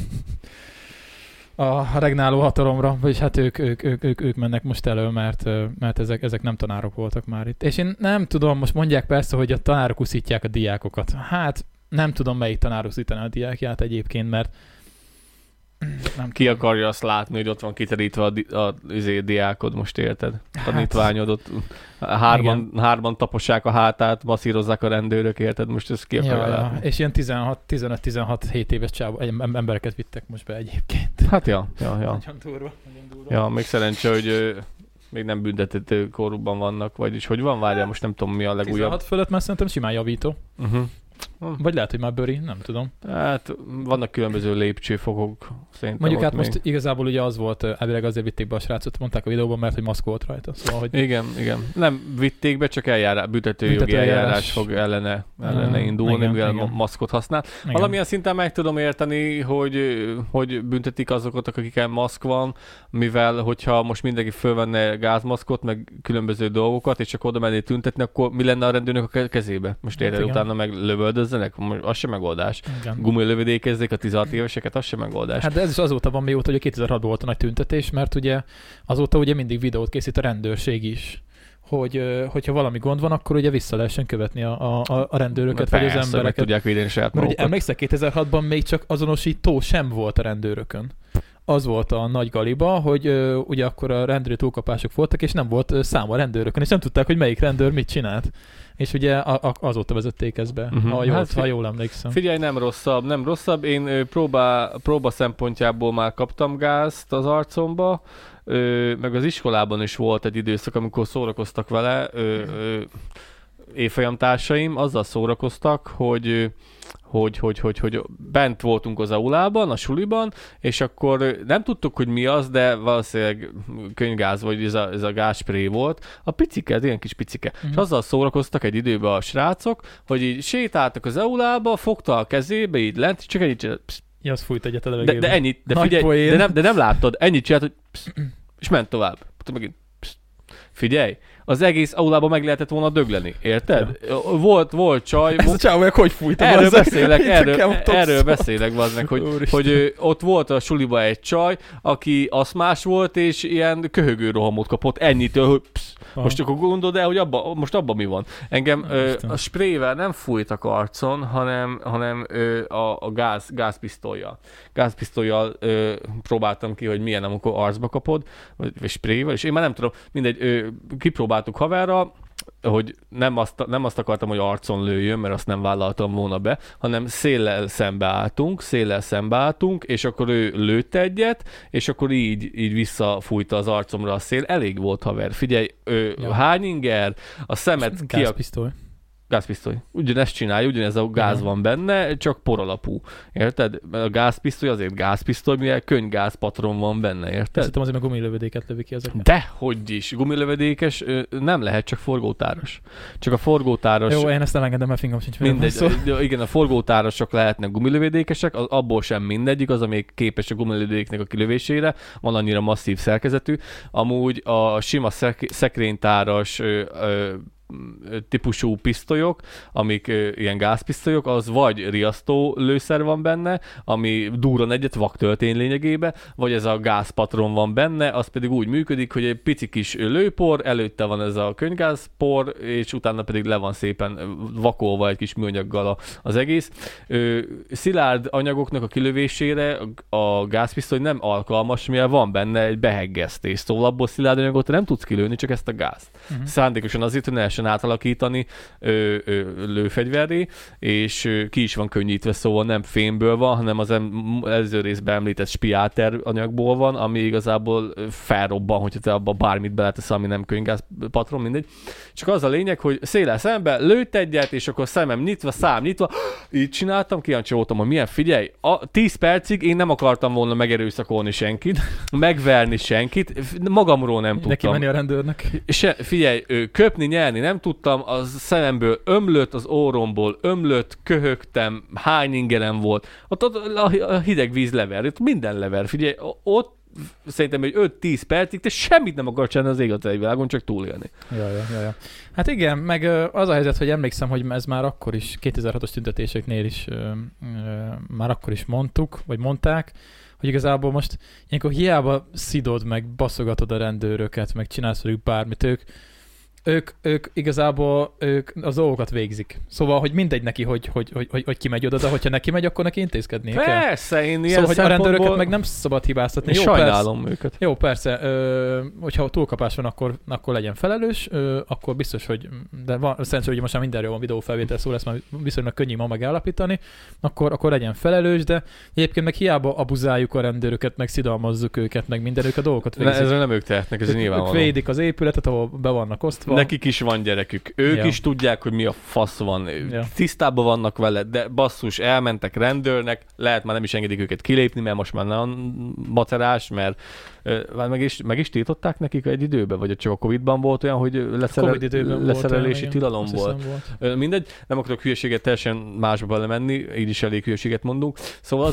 a regnáló hatalomra, vagyis hát ők mennek most elő, mert ezek nem tanárok voltak már itt. És én nem tudom, most mondják persze, hogy a tanárok uszítják a diákokat. Hát nem tudom, melyik tanár uszítaná a diákját egyébként, mert Ki akarja azt látni, hogy ott van kiterítve a diákod, most érted? Tanítványodot. Hárman tapossák a hátát, masszírozzák a rendőrök, érted? Most ezt ki akarja látni. És ilyen 15-16-7 éves embereket vittek most be egyébként. Hát ja. Nagyon durva. Ja, még szerencsé, hogy még nem büntetett korúban vannak, vagyis hogy van, várjál, most nem tudom mi a legújabb. 16 fölött már szerintem simán javító. Vagy lehet, hogy már bőri, nem tudom. Hát vannak különböző lépcsőfokok. Mondjuk hát most igazából ugye az volt, elvileg azért vitték be a srácot, mondták a videóban, mert hogy maszk volt rajta. Szóval, hogy... Igen. Nem vitték be, csak büntetőjogi eljárás fog ellene indulni, mivel maszkot használ. Igen. Valamilyen szinten meg tudom érteni, hogy büntetik azokat, akiken maszk van, mivel hogyha most mindenki fölvenne gázmaszkot, meg különböző dolgokat, és csak oda menné tüntetni, akkor mi lenne a rendőrnek a kezébe? Most érted, utána meg lövöldözzenek? Az sem megoldás. Gumilövedékezzék a 16 éveseket, az sem megoldás. Hát de ez is azóta van mióta, hogy 2006-ban volt a nagy tüntetés, mert ugye azóta ugye mindig videót készít a rendőrség is, hogyha valami gond van, akkor ugye vissza lehessen követni a rendőröket, vagy az embereket. Meg tudják védeni saját magukat. Emlékszel, 2006-ban még csak azonosító sem volt a rendőrökön. az volt a nagy galiba, hogy ugye akkor a rendőri túlkapások voltak, és nem volt szám a rendőrökön, és nem tudták, hogy melyik rendőr mit csinált. És ugye azóta vezették ezt be, ha jól emlékszem. Figyelj, nem rosszabb. Én próba szempontjából már kaptam gázt az arcomba, meg az iskolában is volt egy időszak, amikor szórakoztak vele, évfolyamtársaim azzal szórakoztak, hogy bent voltunk az aulában, a suliban, és akkor nem tudtuk, hogy mi az, de valószínűleg könyvgáz, vagy ez a gázspré volt. A picike, ez ilyen kis picike. És azzal szórakoztak egy időben a srácok, hogy így sétáltak az aulába, fogta a kezébe, így lent, csak ennyit Ja, az fújt egyet a levegőben. De ennyit, de figyelj, de nem láttad, ennyit csinált, hogy és ment tovább. Megint figyelj, az egész aulában meg lehetett volna dögleni, érted? Ja. Volt csaj... Ez a csávóják hogy fújt? Erről beszélek, bazdmeg, hogy ott volt a suliba egy csaj, aki aszmás volt, és ilyen köhögő rohamot kapott ennyitől, hogy most akkor gondold el, hogy abban mi van. Engem a sprével nem fújtak arcon, hanem a gázpisztollyal. Gázpisztollyal próbáltam ki, hogy milyen, amikor arcba kapod, vagy sprével, és én már nem tudom, mindegy, kipróbáltuk haverra, hogy nem azt akartam, hogy arcon lőjön, mert azt nem vállaltam volna be, hanem széllel szembeálltunk, és akkor ő lőtt egyet, és akkor így visszafújta az arcomra a szél. Elég volt, haver. Figyelj, hány inger, a szemet Gázpisztoly. Ugyanezt csinálja, ugyanez a gáz van benne, csak poralapú. Érted? A gázpisztoly azért gázpisztoly, mivel könyvgázpatron van benne, érted? Szerintem azért meg gumilövedéket lövi ki ezeket. Dehogy is. Gumilövedékes nem lehet, csak forgótáros. Csak a forgótáros... Jó, én ezt nem engedem, mert fingom sincs. Mindegy. Igen, a forgótárosok lehetnek gumilövedékesek, abból sem mindegyik, az, ami képes a gumilövedéknek a kilövésére, van annyira masszív szerkezetű. Amúgy a sima szekrénytáras típusú pisztolyok, amik ilyen gázpisztolyok, az vagy riasztó lőszer van benne, ami durran egyet vaktöltény lényegében, vagy ez a gázpatron van benne, az pedig úgy működik, hogy egy pici kis lőpor, előtte van ez a könyvgázpor, és utána pedig le van szépen vakolva egy kis műanyaggal az egész. Szilárd anyagoknak a kilövésére a gázpisztoly nem alkalmas, mivel van benne egy beheggesztés, szóval abból szilárd anyagot nem tudsz kilőni, csak ezt a gázt. Szándékosan azért, hogy ne lehessen átalakítani lőfegyverré, és ki is van könnyítve, szóval nem fémből van, hanem az előző részben említett spiáter anyagból van, ami igazából felrobban, hogyha te abba bármit beletesz, ami nem könyvgázpatron, mindegy. Csak az a lényeg, hogy széllel szembe lőtt egyet, és akkor szemem nyitva, szám nyitva, így csináltam, kíváncsi voltam, hogy milyen, figyelj, 10 percig én nem akartam volna megerőszakolni senkit, megverni senkit, magamról nem tudtam. Neki menni a rendőrnek. Figyelj, köpni, nyelni nem tudtam, a szememből ömlött, az orromból ömlött, köhögtem, hány ingerem volt. Ott a hideg víz lever, ott minden lever. Figyelj, ott szerintem, hogy 5-10 percig te semmit nem akar csinálni az ég a világon, csak túlélni. Ja. Hát igen, meg az a helyzet, hogy emlékszem, hogy ez már akkor is, 2006-os tüntetéseknél is már akkor is mondták, hogy igazából most ilyenkor hiába szidod meg, baszogatod a rendőröket, meg csinálsz velük bármit, ők igazából az dolgokat végzik. Szóval, hogy mindegy neki, hogy kimegy oda, de hogyha neki megy, akkor neki intézkednie kell. Persze, én ilyen szóval, hogy a rendőröket meg nem szabad hibáztatni. Jó, sajnálom persze, őket. Jó, persze. Hogyha túlkapás van, akkor legyen felelős, akkor biztos, hogy de szerencsére, hogy most már mindenről van videófelvétel, szóval ezt már viszonylag könnyű ma megállapítani, akkor legyen felelős, de egyébként meg hiába abuzáljuk a rendőröket, meg szidalmazzuk őket, meg mindenük a dolgokat végzik. Ezzel nem ők tehetnek, ez nyilvánvaló. Ők védik az épületet, ahol be vannak osztva. Nekik is van gyerekük. Ők is tudják, hogy mi a fasz van. Tisztában vannak vele, de basszus, elmentek rendőrnek, lehet már nem is engedik őket kilépni, mert most már nem macerás, mert meg is tiltották nekik egy időben, vagy csak a Covid-ban volt olyan, hogy leszerelési tilalom volt. Mindegy, nem akarok hülyeséget teljesen másba belemenni, így is elég hülyeséget mondunk. Szóval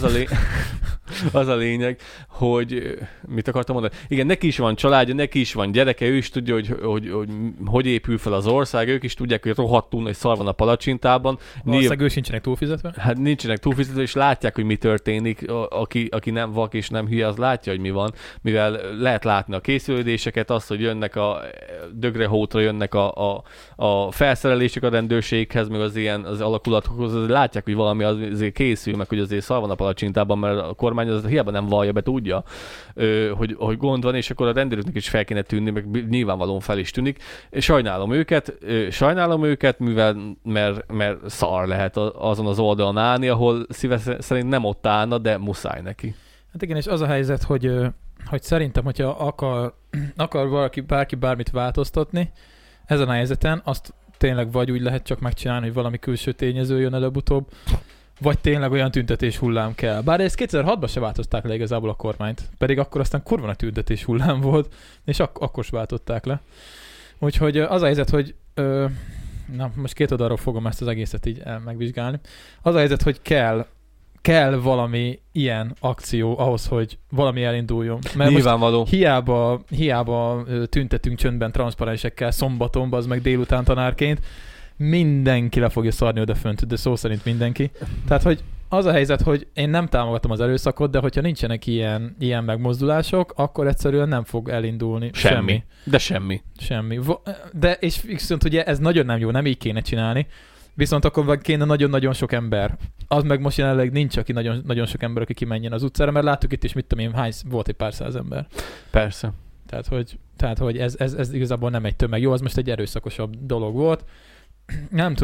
az a lényeg, hogy mit akartam mondani? Igen, neki is van családja, neki is van gyereke, ő is tudja, hogy épül fel az ország, ők is tudják, hogy rohadtul nagy szar van a palacsintában. Valószínűleg ők sincsenek túlfizetve. Hát nincsenek túlfizetve, és látják, hogy mi történik. Aki nem vak és nem hülye, az látja, hogy mi van, mivel lehet látni a készülődéseket, azt, hogy jönnek a dögrehótra, jönnek a felszerelések a rendőrséghez, meg az alakulatokhoz, azért látják, hogy valami azért készül, meg hogy azért szar van a palacsintában, mert a kormány az hiába nem vallja be, tudja, hogy gond van, és akkor a rendőröknek is fel kéne tűnni, meg nyilvánvalóan fel is tűnik. Sajnálom őket, mivel mert szar lehet azon az oldalon állni, ahol szíve szerint nem ott állna, de muszáj neki. Hát igen, és az a helyzet, hogy szerintem, hogyha akar bárki bármit változtatni ezen a helyzeten, azt tényleg vagy úgy lehet csak megcsinálni, hogy valami külső tényező jön előbb-utóbb, vagy tényleg olyan tüntetés hullám kell. Bár ezt 2006-ban se változták le igazából a kormányt, pedig akkor aztán kurva nagy tüntetés hullám volt, és akkor se váltották le. Úgyhogy az a helyzet, hogy most két oldalról fogom ezt az egészet így megvizsgálni. Az a helyzet, hogy kell valami ilyen akció ahhoz, hogy valami elinduljon. Mert nyilvánvaló. Most hiába tüntetünk csöndben transzparensekkel szombaton, az meg délután tanárként, mindenki le fogja szarni odafönt, de szó szerint mindenki. Tehát, hogy az a helyzet, hogy én nem támogatom az erőszakot, de hogyha nincsenek ilyen megmozdulások, akkor egyszerűen nem fog elindulni semmi. De semmi. De és viszont ugye ez nagyon nem jó, nem így kéne csinálni. Viszont akkor kéne nagyon-nagyon sok ember. Az meg most jelenleg nincs, aki nagyon sok ember, aki kimenjen az utcára, mert láttuk itt is, mit tudom én, volt egy pár száz ember. Persze. Tehát, hogy ez igazából nem egy tömeg. Jó, az most egy erőszakosabb dolog volt. Nem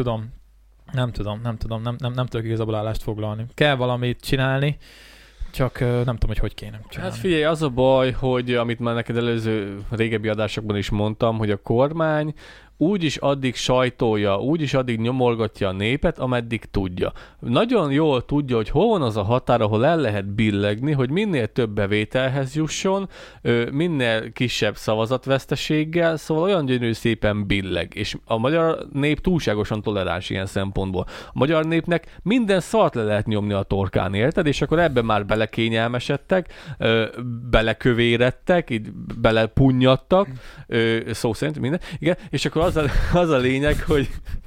tudok igazából állást foglalni. Kell valamit csinálni, csak nem tudom, hogy kéne csinálni. Hát figyelj, az a baj, hogy amit már neked előző régebbi adásokban is mondtam, hogy a kormány úgyis addig sajtolja, úgyis addig nyomorgatja a népet, ameddig tudja. Nagyon jól tudja, hogy hol van az a határ, ahol el lehet billegni, hogy minél több bevételhez jusson, minél kisebb szavazatveszteséggel, szóval olyan gyönyörű szépen billeg. És a magyar nép túlságosan toleráns ilyen szempontból. A magyar népnek minden szart le lehet nyomni a torkán, érted? És akkor ebben már belekényelmesedtek, belekövéredtek, így belepunnyadtak, szó szerint minden. Igen, és akkor az a lényeg, hogy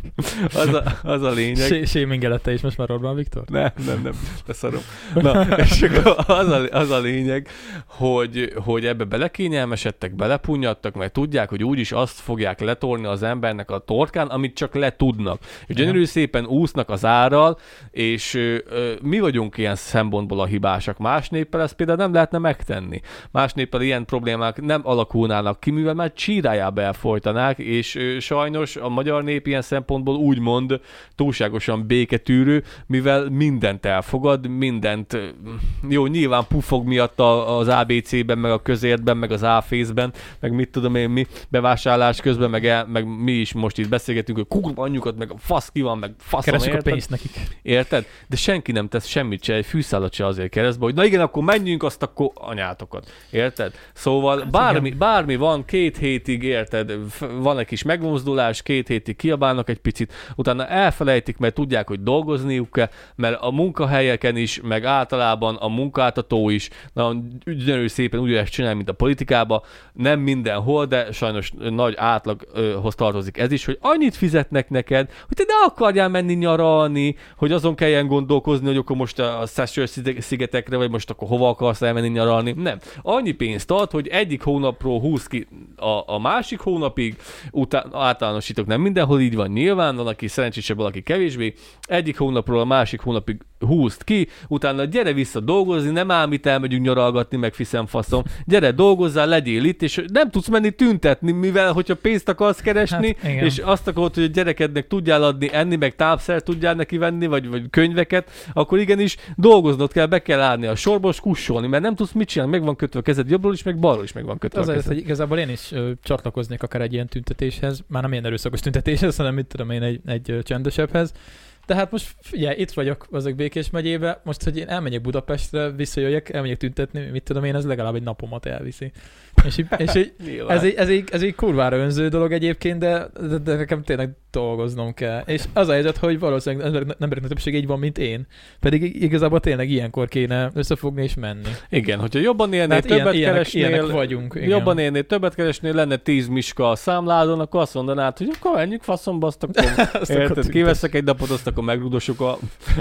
az a lényeg... Sémingelette is most már Orbán Viktor? Nem, leszarom. Na, és akkor az a lényeg, hogy ebbe belekényelmesedtek, belepunnyadtak, mert tudják, hogy úgyis azt fogják letorni az embernek a torkán, amit csak le tudnak. És gyönyörű szépen úsznak az árral, és mi vagyunk ilyen szempontból a hibásak. Más néppel ezt például nem lehetne megtenni. Más néppel ilyen problémák nem alakulnának ki, mivel már csírájába elfolytanák, és sajnos a magyar nép ilyen szempontból úgymond túlságosan béketűrő, mivel mindent elfogad, mindent, jó, nyilván pufog miatt az ABC-ben, meg a közértben, meg az A-Face-ben, meg mit tudom én mi, bevásárlás közben, meg mi is most itt beszélgetünk, hogy kurva anyjukat, meg a fasz ki van, meg faszom, keresik a pénzt nekik. Érted? De senki nem tesz semmit se, egy fűszálat se azért keresztbe, hogy na igen, akkor menjünk, azt akkor anyátokat. Érted? Szóval bármi van, 2 hétig, érted? Van egy kis megmozdulás, 2 hétig kiabálnak egy picit, utána elfelejtik, mert tudják, hogy dolgozniuk kell, mert a munkahelyeken is, meg általában a munkáltató is nagyon gyönyörű szépen ugyanezt csinál, mint a politikában, nem mindenhol, de sajnos nagy átlaghoz tartozik ez is, hogy annyit fizetnek neked, hogy te ne akarjál menni nyaralni, hogy azon kelljen gondolkozni, hogy akkor most a Seychelles-szigetekre, vagy most akkor hova akarsz elmenni nyaralni. Nem. Annyi pénzt ad, hogy egyik hónapról húz ki a másik hónapig, általánosítok, nem mindenhol így van, nyilván, van, aki szerencsésebb, valaki kevésbé, egyik hónapról a másik hónapig húzt ki, utána gyere vissza dolgozni, nem ám itt elmegyünk nyaralgatni, meg fiszem faszom, gyere dolgozzál, legyél itt, és nem tudsz menni tüntetni, mivel hogyha pénzt akarsz keresni, hát, és azt akarod, hogy a gyerekednek tudjál adni, enni, meg tápszert tudjál neki venni, vagy könyveket, akkor igenis dolgoznod kell, be kell állni a sorba, és kussolni, mert nem tudsz mit csinálni, meg van kötve a kezed jobbról is, meg balról is meg van kötve a kezed. Hogy igazából én is csatlakoznék akár egy ilyen tüntetéshez, már nem ilyen erőszakos tüntetéshez, hanem mit tudom én egy csendesebbhez. De hát most figyelj, itt vagyok azok Békés megyébe, most, hogy én elmegyek Budapestre, visszajöjjek, elmegyek tüntetni, mit tudom én, ez legalább egy napomat elviszi. És így ez egy kurvára önző dolog egyébként, de nekem tényleg dolgoznom kell. És az a helyzet, hogy valószínűleg embereknek többsége így van, mint én. Pedig igazából tényleg ilyenkor kéne összefogni és menni. Igen, hogyha jobban élnél, többet keresnél, ilyenek vagyunk. Igen. Jobban élnél, többet keresnél, lenne 10 Miska a számládon, akkor azt mondanád, hogy akkor menjünk faszomba, azt akkor kiveszek egy napot, azt akkor megrudosuk a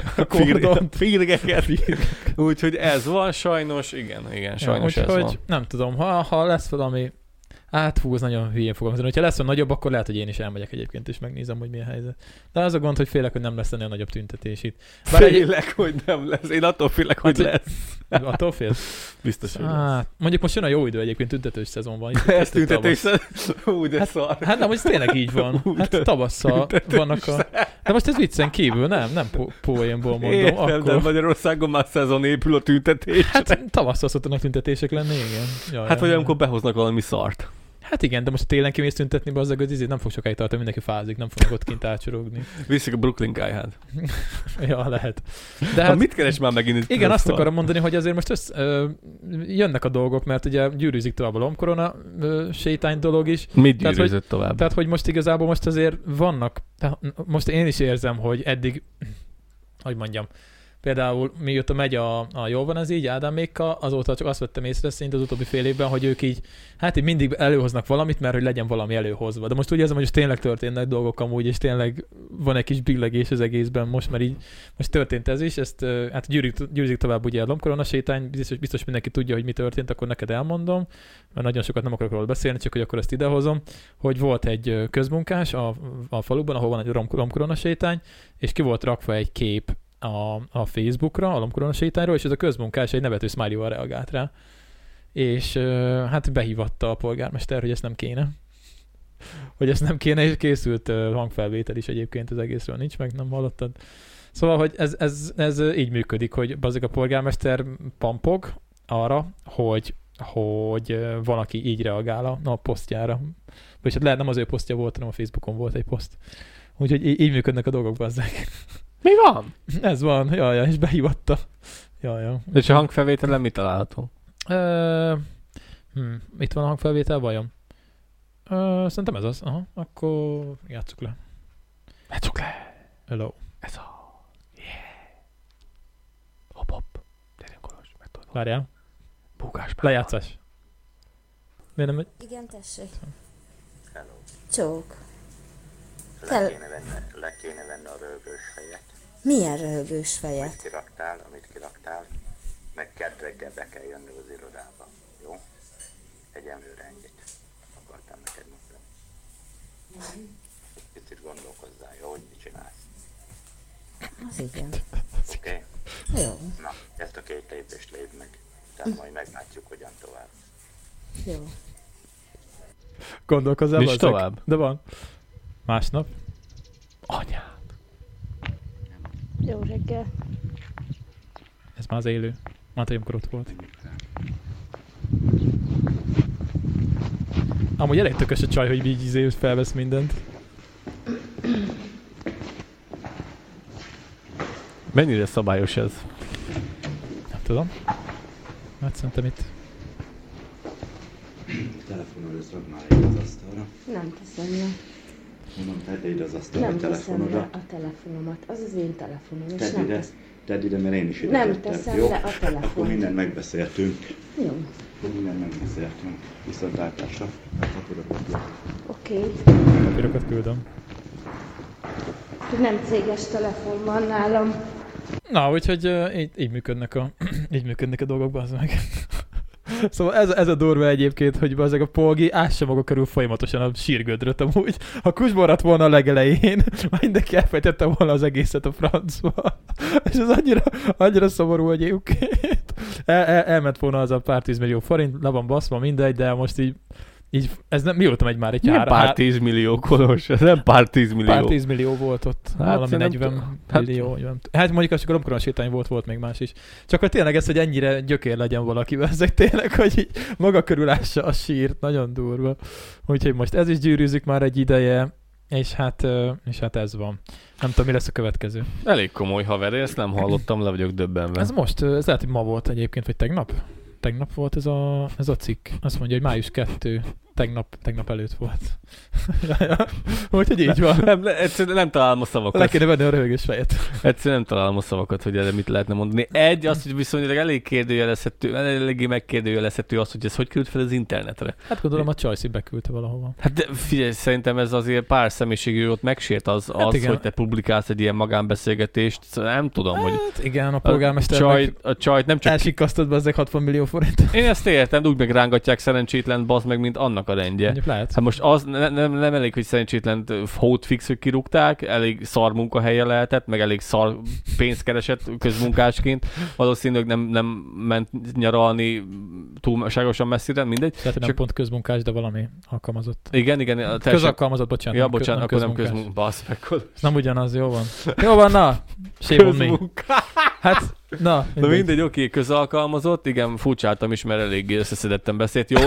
fírgeket. Úgyhogy ez van sajnos, igen, sajnos ez van. Nem tudom, ha lesz valami, ez nagyon hülyén fogom mondani. Ha lesz a nagyobb, akkor lehet, hogy én is elmegyek egyébként, és megnézem, hogy mi a helyzet. De az a gond, hogy félek, hogy nem lesz ennél nagyobb tüntetés itt. Félek, hogy nem lesz. Én attól félek, hogy lesz. Attól félsz? Biztos, hogy lesz. Mondjuk most jön a jó idő egyébként, tüntetős szezon van. Ez tüntetős szezon? De szar. Hát nem, most tényleg így van. Hát tavasszal vannak a... De most ez viccen kívül, nem poénból mondom. Értem, de Magyarországon már szezon épül a tüntetés. Hát tavasszal szoktanak tüntetések lenni, igen. Hát vagy amikor behoznak valami szart. Hát igen, de most télen kimész tüntetni be azzal, hogy nem fog sokáig tartani, mindenki fázik, nem fognak ott kint átcsorogni. Viszik a Brooklyn Guy-hát. Ja, lehet. De hát, mit keres már megint? Igen, azt akarom mondani, hogy azért most jönnek a dolgok, mert ugye gyűrűzik tovább a lomkorona sétány dolog is. Mit gyűrűzött tovább? Tehát, hogy most igazából most azért vannak, most én is érzem, hogy eddig, hogy mondjam, például mióta megy a Jól van ez így, Ádámékkal, azóta csak azt vettem észre szerint az utóbbi fél évben, hogy ők így, hát így mindig előhoznak valamit, mert hogy legyen valami előhozva. De most úgy érzem, hogy tényleg történnek dolgok amúgy, és tényleg van egy kis billegés az egészben most, mert így most történt ez is, ezt hát gyűrűzik tovább ugye a lomkorona sétány, biztos mindenki tudja, hogy mi történt, akkor neked elmondom, mert nagyon sokat nem akarok róla beszélni, csak hogy akkor ezt idehozom, hogy volt egy közmunkás a faluban, ahol van egy lomkorona sétány, és ki volt rakva egy kép a Facebookra, a lomkorona sétányról, és ez a közmunkás egy nevető smiley-val reagált rá. És hát behívatta a polgármester, hogy ezt nem kéne. Hogy ezt nem kéne, és készült hangfelvétel is egyébként az egészről, nincs meg, nem hallottad. Szóval, hogy ez így működik, hogy azért a polgármester pampog arra, hogy valaki így reagál a posztjára. Vagy hát lehet nem az ő posztja volt, hanem a Facebookon volt egy poszt. Úgyhogy így működnek a dolgok, bazzák. Mi van? Ez van, jaj, és behívatta. Jaj. És a hangfelvételen mit található? Itt van a hangfelvétel, vajon? Szerintem ez az. Aha, akkor játsszuk le. Hello. Ez a... Yeah. Hop. Gyerünk Kolos, meg tudod. Várjál. Búgás meg. Lejátszás. Miért nem megy? Igen, tessék. Hello. Csók. Le kéne venni a röhögős fejet. Milyen röhögős fejet? Amit kiraktál, meg kedd reggel be kell jönni az irodába. Jó? Egyenlőre ennyit akartam neked mondani. Picit gondolkozzál, jó, hogy mit csinálsz. Az igen. Oké? Jó. Na, ezt a 2 lépést lépd meg. Tehát majd meglátjuk, hogyan tovább. Jó. Gondolkozzál nincs tovább? De van. Másnap. Anyád. Jó reggel. Ez már az élő. Már amikor ott volt. Amúgy elég tökös a csaj, hogy így felvesz mindent. Mennyire szabályos ez? Nem tudom. Hát szerintem itt. Telefonod, rakd már ide az asztalra. Nem teszem le. Mondom, tedd ide az asztalra Nem a telefonodat. teszem le a telefonomat. Az az én telefonom, és nem Tedd ide, mert én is ide Nem tettem. teszem Jó? le a telefont. Akkor mindent megbeszéltünk. Jó. Mindent megbeszéltünk. Viszontlátásra. Oké. Papírokat küldöm. Nem céges telefon van nálam. Na, úgyhogy így működnek a dolgok, bazd meg. Szóval ez a durva egyébként, hogy ezek a polgi ás sem maga körül folyamatosan a sírgödröt amúgy. Ha kusba maradt volna a legelején, mindenki elfejtette volna az egészet a francba. És ez annyira szomorú egyébként. Elment volna az a pár 10 millió forint, le van baszva, mindegy, de most így ez nem, mióta megy már egy pár 10 millió Kolos, ez nem pár 10 millió. Pár 10 millió volt ott, hát valami 40 millió. Hát mondjuk az csak a lomkorona sétány volt még más is. Csak hogy tényleg ez, hogy ennyire gyökér legyen valakivel, ezek tényleg, hogy így maga körül ássa a sírt, nagyon durva. Úgyhogy most ez is gyűrűzik már egy ideje, és hát ez van. Nem tudom, mi lesz a következő. Elég komoly haver, ezt nem hallottam, le vagyok döbbenve. Ez lehet, hogy ma volt egyébként, vagy tegnap? tegnap volt ez a cikk. Azt mondja, hogy május 2 tegnap előtt volt. Úgyhogy így van. Egyszerűen nem találom a szavakat. Le kéne venni a röhögös fejet. Egyszerűen nem találom a szavakat, hogy erre mit lehetne mondani. Azt, hogy viszonylag eléggé megkérdőjelezhető az, hogy ez hogy került fel az internetre. Hát gondolom a Csajci beküldte valahova. Hát de figyelj, szerintem ez azért pár személyiségjogot megsért az hogy te publikálsz egy ilyen magánbeszélgetést. Nem tudom, hogy... Igen, a polgármester a csajt nem csak... elsikasztott be ezek 60 millió forint. Én ezt értem, úgy megrángatják szerencsétlen bazd meg, mint annak a rendje. Hát most az nem elég, hogy szerencsétlen hotfixük kirúgták, elég szar munkahelye lehetett, meg elég szar pénzt keresett közmunkásként. Valószínűleg nem ment nyaralni túlságosan messzire, mindegy. Tehát nem pont közmunkás, de valami alkalmazott. Igen. Közalkalmazott, bocsánat. Ja, bocsánat, akkor nem közmunkás. Basz meg. Nem ugyanaz, jó van. Jó van, na! Közmunkás. Hát, na mindegy, oké, közalkalmazott, igen, furcsáltam is, mert eléggé összeszedetten beszélt. Jó,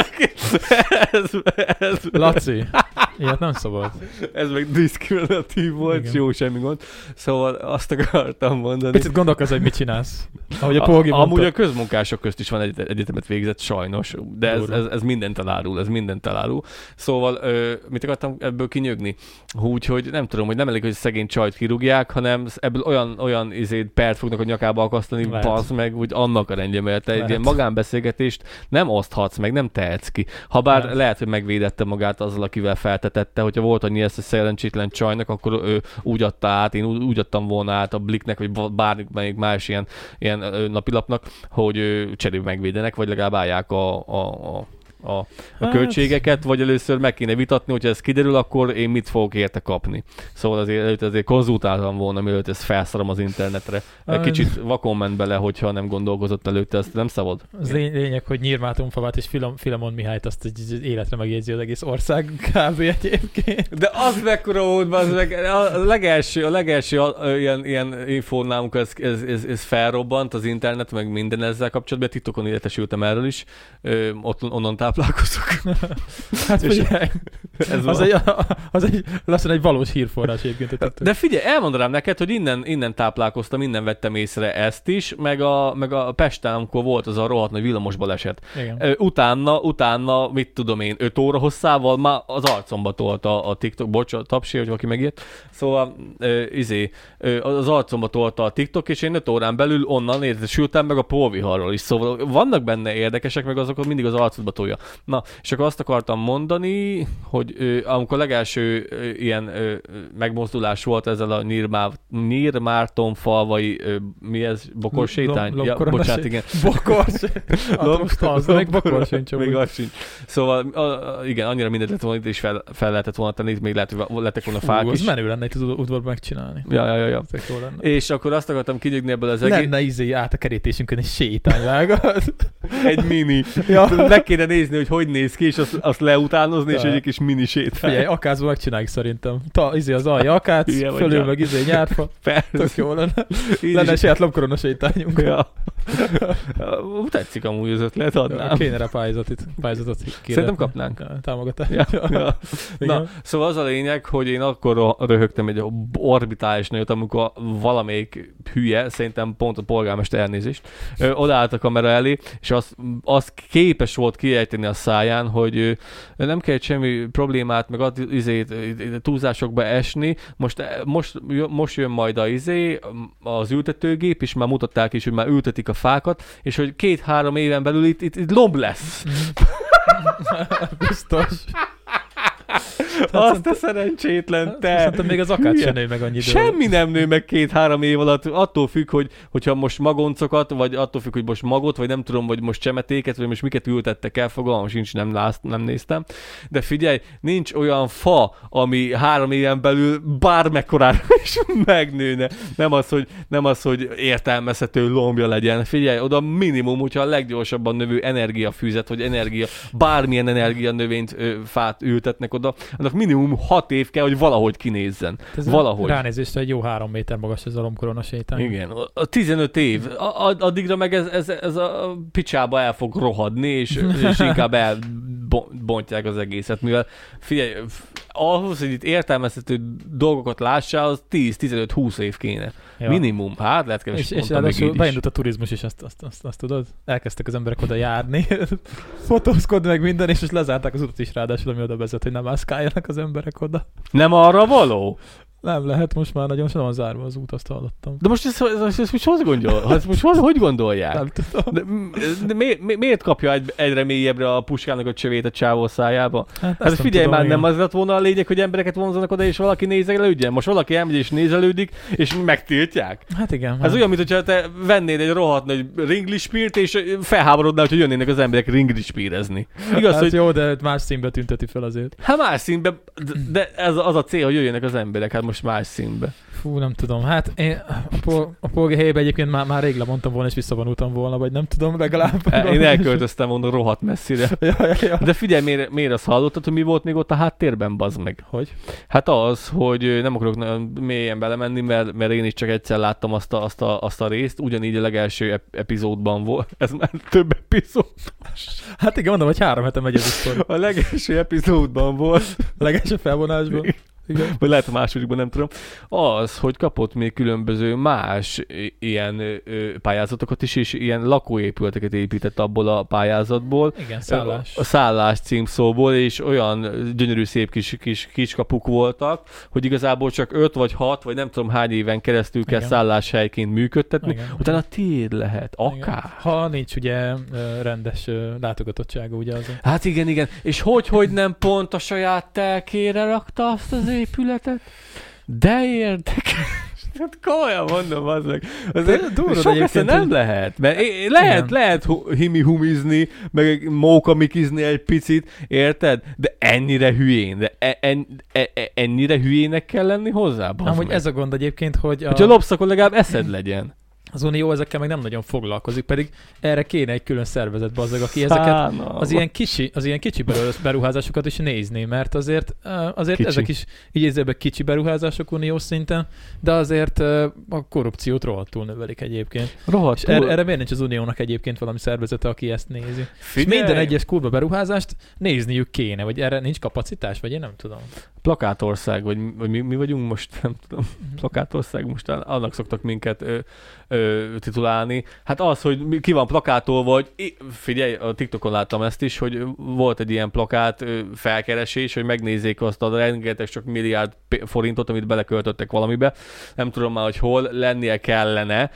ez Laci, ilyet nem szabad. Ez meg diszkriminatív volt, igen. Jó, semmi gond. Szóval azt akartam mondani. Picit gondolkozz, hogy mit csinálsz. Ahogy a Pógi mondta. Amúgy a közmunkások közt is van egyetemet végzett, sajnos, de ez mindent elárul, Szóval mit akartam ebből kinyögni? Úgyhogy nem tudom, hogy nem elég, hogy szegény csajt kirúgják, hanem ebből olyan pert fognak a nyakába akasztani, basz meg, hogy annak a rendje, mert egy ilyen magánbeszélgetést nem oszthatsz meg, nem tehetsz ki. Habár lehet, hogy megvédette magát azzal, akivel feltetette, hogyha volt annyi ezt a szerencsétlen csajnak, akkor ő úgy adta át, én úgy adtam volna át a Blicknek, vagy bármelyik más ilyen napilapnak, hogy cserébe megvédenek, vagy legalább állják a költségeket, vagy először meg kéne vitatni, hogyha ez kiderül, akkor én mit fogok érte kapni. Szóval azért konzultáltam volna, mielőtt ezt felszarom az internetre. Egy kicsit vakon ment bele, hogyha nem gondolkozott előtte, ezt nem szabad. Az lényeg, hogy Nyírmátonfalvát és Filemon Mihályt azt egy életre megjegyzi az egész ország kb. Egyébként. De az mekkora volt, az meg a legelső ilyen infó nálunk ez felrobbant az internet, meg minden ezzel kapcsolatban. TikTokon értesültem erről is. Onnan táplálkozok. Hát figyelj, az lassan egy valós hírforrás egyébként. De figyelj, elmondanám neked, hogy innen táplálkoztam, innen vettem észre ezt is, meg a Pesten, amikor volt az a rohadt nagy villamos baleset. Utána, mit tudom én, 5 óra hosszával már az arcomba tolta a TikTok, bocsánat, tapsi, hogy valaki megijedt. Szóval az arcomba tolta a TikTok, és én 5 órán belül onnan értesültem meg a Póviharról is. Szóval vannak benne érdekesek, meg azok mindig az arcodba tolja. Na, és akkor azt akartam mondani, hogy amikor legelső ilyen megmozdulás volt ezzel a Nyírmártonfalvai, mi ez? Bokorsétány? Bocsánat, igen. Még bokor sincs. Még az sincs. Szóval igen, annyira mindent lett volna, itt is fel lehetett volna tenni, még lehet, hogy lettek volna fák is. Az menő lenne itt az udvarban megcsinálni. Ja. És akkor azt akartam kinyögni ebből az egész... Lenne át a kerítésünkön egy sétányvágat. Egy mini. Meg kéne nézni, hogy néz ki, és azt leutánozni, és egy kis mini sétány. Figyelj, akázba megcsináljuk szerintem. Az alja akác, fölül meg nyárfa. Tök jó lenne. Lenne egy saját lomkorona sétányunk. Ja. Tetszik amúgy az ötlet, adnám. Kéne rá pályázatot szerintem kapnánk. Támogatást. Ja. Na, szóval az a lényeg, hogy én akkor röhögtem egy orbitális nagyot, amikor valamelyik hülye, szerintem pont a polgármester, elnézést, odaállt a kamera elé, és az képes volt kiejteni a száján, hogy nem kell semmi problémát, meg túlzásokba esni, most jön majd az ültetőgép, és már mutatták is, hogy már ültetik a fákat, és hogy 2-3 éven belül itt lomb lesz. Biztos. Azt a szerencsétlen te! Szerintem még az akács sem nő meg annyi idő. Semmi nem nő meg 2-3 év alatt. Attól függ, hogyha most magoncokat, vagy attól függ, hogy most magot, vagy nem tudom, vagy most csemetéket, vagy most miket ültettek el, fogalmam sincs, nem néztem. De figyelj, nincs olyan fa, ami 3 éven belül bármekkorára is megnőne. Nem az, hogy értelmezhető lombja legyen. Figyelj, oda minimum, hogyha a leggyorsabban növő energiafűzet, vagy bármilyen energianövényt, fát ültetnek oda, annak minimum 6 év kell, hogy valahogy kinézzen. Valahogy. Ránézésre egy jó 3 méter magas ez a lombkorona sétány. Igen. 15 év. Addigra meg ez a picsába el fog rohadni, és inkább bontják az egészet, mivel figyelj, ahhoz, hogy itt értelmezhető dolgokat lássál, az 10-15-20 év kéne. Ja. Minimum. Hát lehet kevés. És ráadásul beindult a turizmus is, azt tudod? Elkezdtek az emberek oda járni, fotózkodni meg minden, és most lezárták az utat is ráadásul, ami oda vezet, hogy nem mászkáljanak az emberek oda. Nem arra való? Nem lehet, most már nagyon van zárva az út, azt hallottam. De most ezt most hogy gondolják? Nem tudom. De miért kapja egyre mélyebbre a puskának a csövét a csávó szájába? Hát figyelj tudom, már, igen. nem az lett volna a lényeg, hogy embereket vonzanak oda, és valaki nézelődjen? Most valaki elmegy és nézelődik, és megtiltják? Hát igen. Ez olyan, mintha te vennéd egy rohadt nagy ringlispírt, és felháborodnál, hogy jönnének az emberek ringlispírezni. Igaz, hát hogy... jó, de más színbe tünteti fel azért. Hát más színben, de ez az a cél, hogy jöjjenek az emberek, hát most más színbe. Fú, nem tudom. Hát én a polgári helyében egyébként már rég lemondtam volna, és visszavonultam volna, vagy nem tudom, legalább. Én elköltöztem volna rohadt messzire. Ja. De figyelj, miért azt hallottad, hogy mi volt még ott a háttérben, bazd meg? Hogy? Hát az, hogy nem akarok mélyen belemenni, mert én is csak egyszer láttam azt a részt, ugyanígy a legelső epizódban volt. Ez már több epizód. Hát igen, mondom, hogy 3 hete megy ez a sztori. A legelső epizódban volt. A legelső felvonásban. Igen. Vagy lehet a másodikban, nem tudom. Az, hogy kapott még különböző más ilyen pályázatokat is, és ilyen lakóépületeket épített abból a pályázatból. Igen, szállás. A szállás címszóból, és olyan gyönyörű szép kis kapuk voltak, hogy igazából csak 5 vagy 6, vagy nem tudom hány éven keresztül kell szálláshelyként működtetni. Igen. Utána tiéd lehet, akár. Igen. Ha nincs ugye rendes látogatottsága ugye az. Hát igen. És hogy nem pont a saját telkére rakta azt az épületet? De érdekes. Hát komolyan mondom, az meg. Sok esze nem lehet. Mert lehet himi-humizni, meg mókamikizni egy picit, érted? De ennyire hülyén. De ennyire hülyének kell lenni hozzá? Amúgy ez a gond egyébként, hogy... Hogyha lopsz, akkor legalább eszed legyen. Az Unió ezekkel meg nem nagyon foglalkozik, pedig erre kéne egy külön szervezet, bazzag, aki ezeket az ilyen kicsi beruházásokat is nézni, mert azért ezek is így kicsi beruházások uniós szinten, de azért a korrupciót rohadtul növelik egyébként. És erre miért nincs az Uniónak egyébként valami szervezete, aki ezt nézi? Figyelj. És minden egyes kurva beruházást nézniük kéne, vagy erre nincs kapacitás, vagy én nem tudom. Plakátország, vagy mi vagyunk most, nem tudom, plakátország, most annak szoktak minket titulálni. Hát az, hogy ki van plakátolva, vagy figyelj, a TikTokon láttam ezt is, hogy volt egy ilyen plakát felkeresés, hogy megnézzék azt a rengeteg sok milliárd forintot, amit beleköltöttek valamibe. Nem tudom már, hogy hol lennie kellene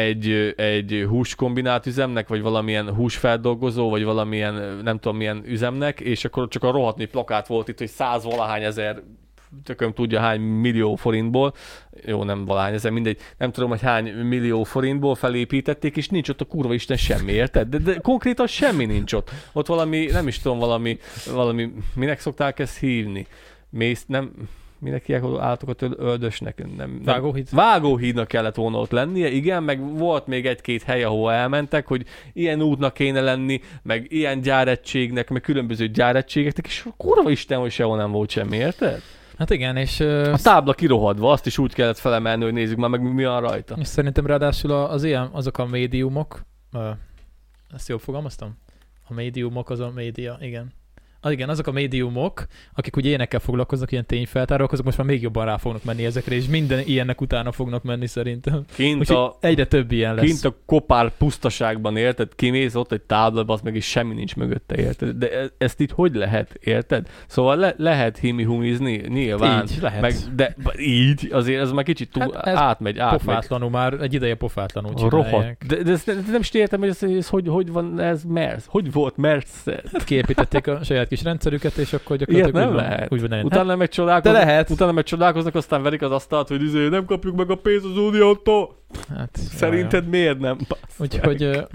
egy húskombinált üzemnek, vagy valamilyen húsfeldolgozó, vagy valamilyen nem tudom milyen üzemnek, és akkor csak a rohadt nagy plakát volt itt, hogy 100-valahány ezer, tököm tudja hány millió forintból, jó, nem valahány ezer, mindegy, nem tudom, hogy hány millió forintból felépítették, és nincs ott a kurva isten semmi, érted? De konkrétan semmi nincs ott. Ott valami, nem is tudom, valami minek szokták ezt hívni? Nem, minek hívják állatokat öldösnek? Vágóhíd? Vágóhídnak kellett volna ott lennie, igen, meg volt még egy-két hely, ahol elmentek, hogy ilyen útnak kéne lenni, meg ilyen gyáregységnek, meg különböző gyáregységeknek, és kurva isten, hogy sehol nem volt semmi, érted? Hát igen, és... A tábla kirohadva, azt is úgy kellett felemelni, hogy nézzük már meg, mi van rajta. És szerintem ráadásul azok a médiumok, ezt jól fogalmaztam? A médiumok, az a média, igen. Igen, azok a médiumok, akik ugye ilyenekkel foglalkoznak, ilyen tényfeltárók, azok most már még jobban rá fognak menni ezekre, és minden ilyennek utána fognak menni szerintem. Egyre több ilyen lesz. Kint a kopár pusztaságban, érted? Kimész ott egy táblában, az meg is semmi nincs mögötte, érted? De ezt itt hogy lehet, érted? Szóval lehet himi-humizni, nyilván. Így lehet. De így, azért ez már kicsit túl átmegy. Pofátlanul már, egy ideje pofátlanul csinálják. De ezt nem is értem, hogy ez hogy van ez MERS? Hogy volt MERS? Kiépítették a saját kis rendszerüket, és akkor gyakorlatilag nem lehet. Úgy van, utána meg csodálkoznak, aztán verik az asztalt, hogy nem kapjuk meg a pénzt az Uniótól. Hát, szerinted miért nem? Úgyhogy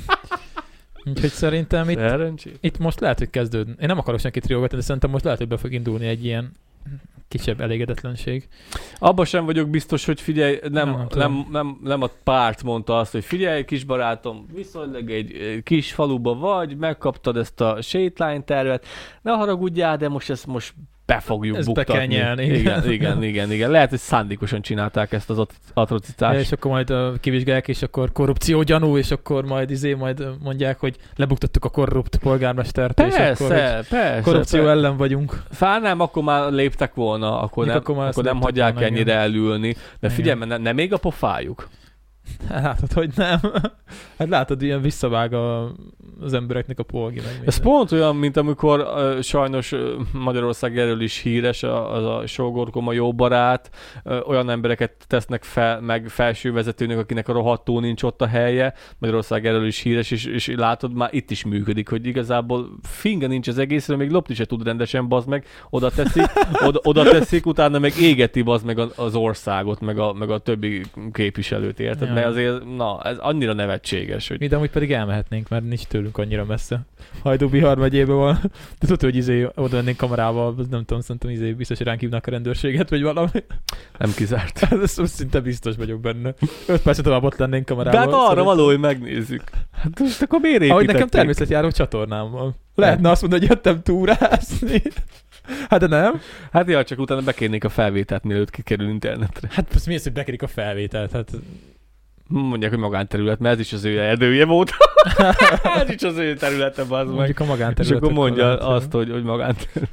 szerintem itt most lehet, hogy kezdődni. Én nem akarok senkit riogatni, de szerintem most lehet, hogy be fog indulni egy kisebb elégedetlenség. Abban sem vagyok biztos, hogy figyelj, nem a párt mondta azt, hogy figyelj, kis barátom, viszonylag egy kis faluba vagy, megkaptad ezt a sétlány tervet, ne haragudjál, de most be fogjuk ezt buktatni. be kell nyelni. Igen. Lehet, hogy szándékosan csinálták ezt az atrocitást. És akkor majd kivizsgálják, és akkor korrupció gyanú, és akkor majd mondják, hogy lebuktattuk a korrupt polgármestert, és akkor korrupció ellen vagyunk. Nem, akkor már léptek volna, akkor nem hagyják volna, ennyire elülni. De figyelj, mert nem még a pofájuk. Látod, hogy nem. Hát látod, ilyen visszavág az embereknek a polgi. Ez pont olyan, mint amikor sajnos Magyarország erről is híres, az a Sógor-Koma jó barát, olyan embereket tesznek fel, meg felső vezetőnek, akinek a rohadtul nincs ott a helye. Magyarország erről is híres, és látod, már itt is működik, hogy igazából finge nincs az egészre, még lopni se tud rendesen, bazd meg, oda teszik, utána meg égeti, bazd meg az országot, meg a többi képviselőt, érted? Mert azért, ez annyira nevetséges. Hogy... De amúgy pedig elmehetnénk, mert nincs tőlünk annyira messze. Hajdú-Bihar megyében van. De tudod, hogy oda mennénk kamerával, nem tudom, szerintem biztos, hogy ránk hívnak a rendőrséget, vagy valami. Nem kizárt. Ez szinte biztos vagyok benne. 5 percet tovább ott lennénk kamerával. De hát arra való, hogy megnézzük. Hát most akkor miért építették? Ahogy nekem természetjáró csatornám van. Lehetne azt mondani, hogy jöttem túrázni. Hát de nem. Hát ja, csak utána bekérnék a felvételt, mielőtt kikerül internetre. Hát mi az, hogy bekérik a felvételt? Hát... Mondják, hogy magánterület, mert ez is az ő erdője volt. Ez is az ő területe, bazd meg. Mondjuk a magánterület. És akkor mondja azt, hogy magánterület.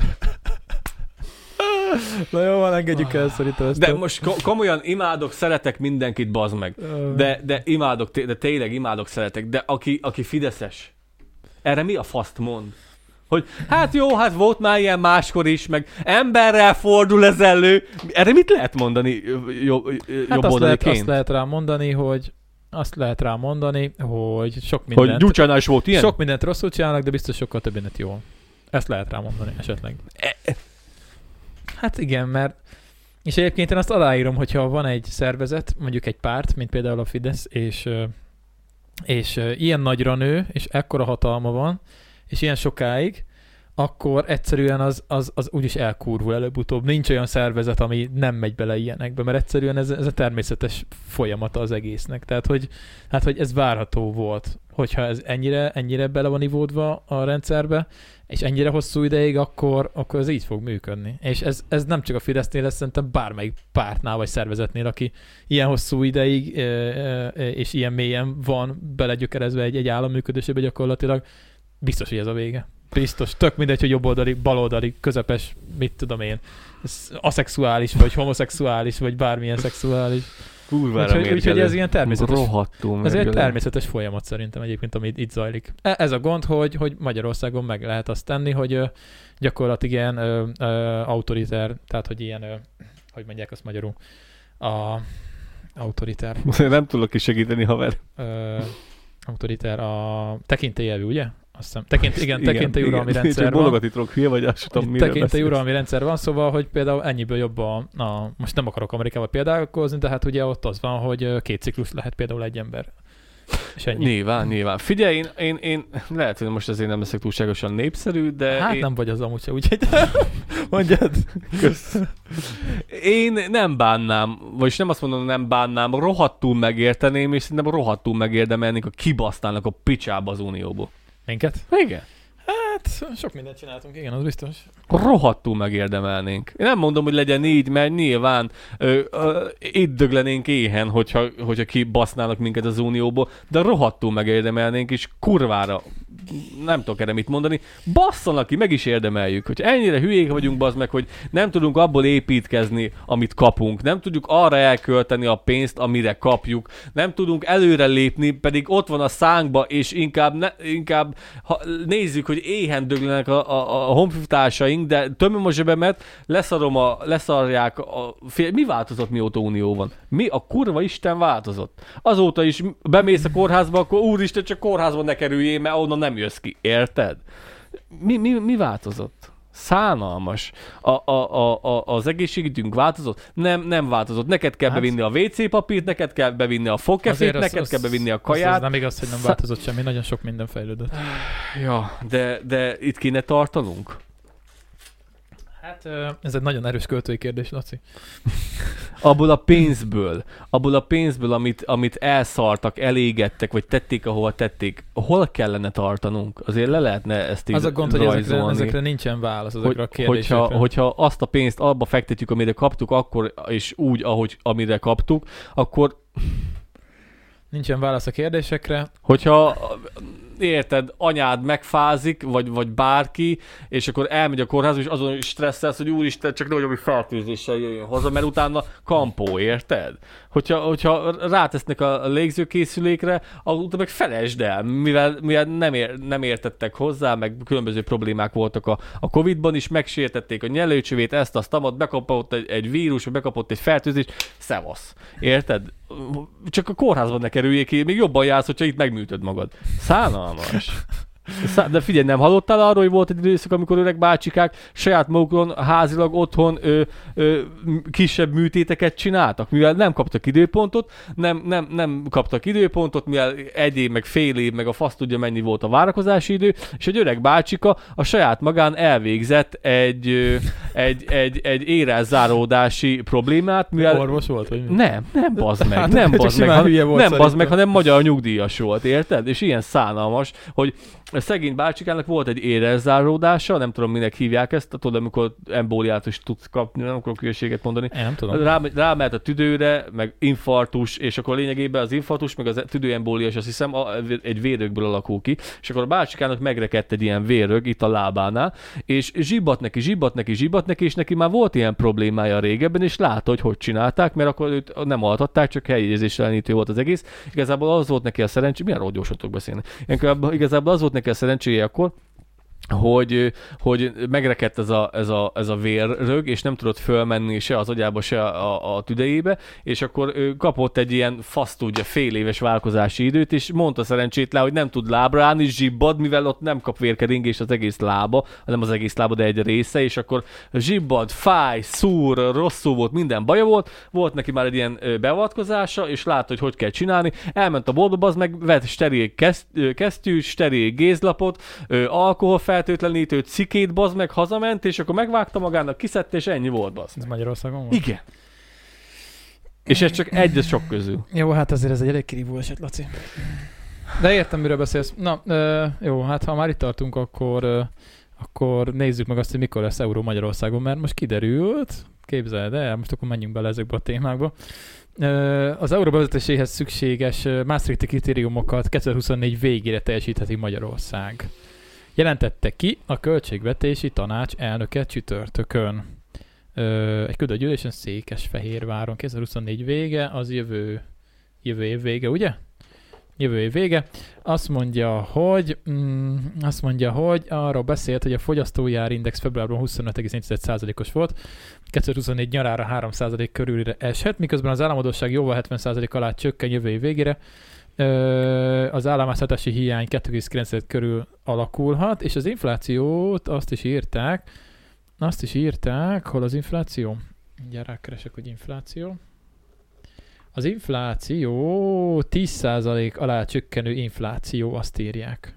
Na jó, van, engedjük el szerintem ezt. De most komolyan imádok, szeretek mindenkit, bazd meg. De imádok, de tényleg imádok, szeretek. De aki fideszes, erre mi a faszt mond? Hogy hát jó, hát volt már ilyen máskor is, meg emberrel fordul ez elő. Erre mit lehet mondani jobboldaliként? Azt lehet rá mondani, hogy sok mindent... Hogy Gyurcsánynál is volt ilyen? Sok mindent rosszul csinálnak, de biztos sokkal több mindent jól. Ezt lehet rá mondani esetleg. Hát igen, mert... És egyébként én azt aláírom, hogyha van egy szervezet, mondjuk egy párt, mint például a Fidesz, és ilyen nagyra nő, és ekkora hatalma van, és ilyen sokáig, akkor egyszerűen az úgyis elkurvul előbb-utóbb. Nincs olyan szervezet, ami nem megy bele ilyenekbe, mert egyszerűen ez a természetes folyamata az egésznek. Tehát, hogy ez várható volt, hogyha ez ennyire bele van ivódva a rendszerbe, és ennyire hosszú ideig, akkor ez így fog működni. És ez nem csak a Fidesznél, ez szerintem bármelyik pártnál vagy szervezetnél, aki ilyen hosszú ideig és ilyen mélyen van belegyökerezve egy állam működésébe gyakorlatilag, biztos, hogy ez a vége. Biztos. Tök mindegy, hogy jobboldali, baloldali, közepes, mit tudom én, aszexuális, vagy homoszexuális, vagy bármilyen szexuális. Kurvára mérgelő. Úgyhogy ez ilyen természetes. Rohadtul mérgelő. Ez egy természetes folyamat szerintem egyébként, amit itt zajlik. Ez a gond, hogy Magyarországon meg lehet azt tenni, hogy gyakorlatilag ilyen autoriter, tehát hogy ilyen, hogy mondják azt magyarul, autoriter. Nem tudok ki segíteni, haver. Autoriter a tekintélyelvű, ugye? Azt hiszem. Tekintélyuralmi rendszer van. Bologatni tudok, hülye vagy, azt tudom, mire tekintélyuralmi rendszer van, szóval, hogy például ennyiből jobb most nem akarok Amerikával példálkozni, de hát ugye ott az van, hogy 2 ciklus lehet például egy ember. És ennyi. Nyilván. Figyelj, én lehet, hogy most azért nem leszek túlságosan népszerű, de... Hát nem vagy az amúgy se, úgyhogy mondjad. Én nem bánnám, vagyis nem azt mondom, nem bánnám, rohadtul megérteném, és szerintem rohadtul megérdemelnénk, a kibasztának a picsába az Unióból. Minket? Igen. Hát, sok mindent csináltunk, igen, az biztos. Rohadtul megérdemelnénk. Én nem mondom, hogy legyen így, mert nyilván itt döglenénk éhen, hogyha kibasznának minket az Unióból, de rohadtul megérdemelnénk, és kurvára nem tudok erre mit mondani, basszanak ki, meg is érdemeljük, hogy ennyire hülyék vagyunk, bazd meg, hogy nem tudunk abból építkezni, amit kapunk, nem tudjuk arra elkölteni a pénzt, amire kapjuk, nem tudunk előre lépni, pedig ott van a szánkba, és inkább nézzük, hogy éhen döglenek a honfitársaink, de tömöm a zsebemet, leszarják mi változott, mióta Unió van? Mi a kurva Isten változott? Azóta is bemész a kórházba, akkor úristen, csak kórházba ne kerüljél, mert onnan nem jössz ki, érted? Mi változott? Szánalmas. Az egészségügyünk változott? Nem változott. Neked kell bevinni a WC papírt, neked kell bevinni a fogkefét, neked kell bevinni a kaját. Az nem igaz, hogy nem változott semmi, nagyon sok minden fejlődött. Ja, de itt kéne tartanunk? Hát ez egy nagyon erős költői kérdés, Laci. Abból a pénzből, amit elszartak, elégettek, vagy tették, ahova tették, hol kellene tartanunk? Azért le lehetne ezt így az a gond, hogy rajzolni. ezekre nincsen válasz, ezekre a kérdésekre. Hogyha azt a pénzt abba fektetjük, amire kaptuk, akkor, és úgy, amire kaptuk, akkor... Nincsen válasz a kérdésekre. Hogyha... érted, anyád megfázik, vagy bárki, és akkor elmegy a kórházba, és azon is stresszelsz, hogy úristen, csak nehogy, hogy fertőzéssel jöjjön haza, mert utána kampó, érted? Hogyha rátesznek a légzőkészülékre, utána meg felejtsd el, mivel nem értettek hozzá, meg különböző problémák voltak a Covid-ban is, megsértették a nyelőcsövét, ezt, azt, amat, bekapott egy vírus, vagy bekapott egy fertőzés, szevasz. Érted? Csak a kórházban ne kerüljék ki, még jobban jársz, hogyha itt megműtöd magad. Szánalmas. De figyelj, nem hallottál arról, hogy volt egy időszak, amikor öreg bácsikák saját magukon házilag otthon kisebb műtéteket csináltak, mivel nem kaptak időpontot, nem kaptak időpontot, mivel egy év, meg fél év, meg a fasz tudja mennyi volt a várakozási idő, és egy öreg bácsika a saját magán elvégzett egy érezzáródási problémát, mivel... Orvos volt, vagy mi? Nem bazd meg, Hát, nem bazd meg, szerintem. hanem magyar nyugdíjas volt, érted? És ilyen szánalmas, hogy a szegény bácsikának volt egy érezzáródása, nem tudom, minek hívják ezt, tudod, amikor embóliát is tudsz kapni, nem akarok hülyeséget mondani. Én nem tudom. Rámehet a tüdőre, meg infarktus, és akkor lényegében az infarktus, meg az tüdőembólia, és azt hiszem egy vérrögből alakul ki, és akkor a bácsikának megrekedt egy ilyen vérrög itt a lábánál, és zsibbat neki, és neki már volt ilyen problémája régebben, és látta, hogy csinálták, mert akkor őt nem altatták, csak helyérzéstelenítő volt az egész. Igazából az volt neki a szerencsé, milyen rógyósotok beszélni. Igazából az volt neki a szerencséje akkor, hogy megrekedt ez a vérrög, és nem tudott fölmenni se az agyába, se a tüdejébe, és akkor ő kapott egy ilyen tudja, fél éves válkozási időt, és mondta szerencsétlen, hogy nem tud lábra állni, zsibbad, mivel ott nem kap vérkeringés az egész lába, hanem az egész lába, de egy része, és akkor zsibbad, fáj, szúr, rosszul volt, minden baja volt neki már egy ilyen beavatkozása, és látta, hogy kell csinálni, elment a boltba, az meg vett steril kesztyűt, steril gézlapot, alkoholfertőtlenítőt, cikét, bazd meg, hazament, és akkor megvágta magának, kiszedte, és ennyi volt, bazd. Ez Magyarországon volt? Igen. És ez csak egy sok közül. Jó, hát azért ez egy elég kirívó eset, Laci. De értem, miről beszélsz. Na, jó, hát ha már itt tartunk, akkor nézzük meg azt, hogy mikor lesz euró Magyarországon, mert most kiderült, képzeld el, most akkor menjünk bele ezekbe a témákba. Az euró bevezetéséhez szükséges Maastrichti kritériumokat 2024 végére teljesítheti Magyarország. Jelentette ki a Költségvetési Tanács elnöke csütörtökön. Egy küldőgyűlésen Székesfehérváron 2024 vége, az jövő év vége, ugye? Jövő év vége. Azt mondja, hogy arról beszélt, hogy a fogyasztói árindex februárban 25,4%-os volt, 2024 nyarára 3% körülre eshet, miközben az államadósság jóval 70% alá csökken jövő év végére. Az államháztartási hiány 2,9 körül alakulhat, és az inflációt azt is írták, hol az infláció? Mindjárt rákeresek, hogy infláció. Az infláció 10% alá csökkenő infláció, azt írják.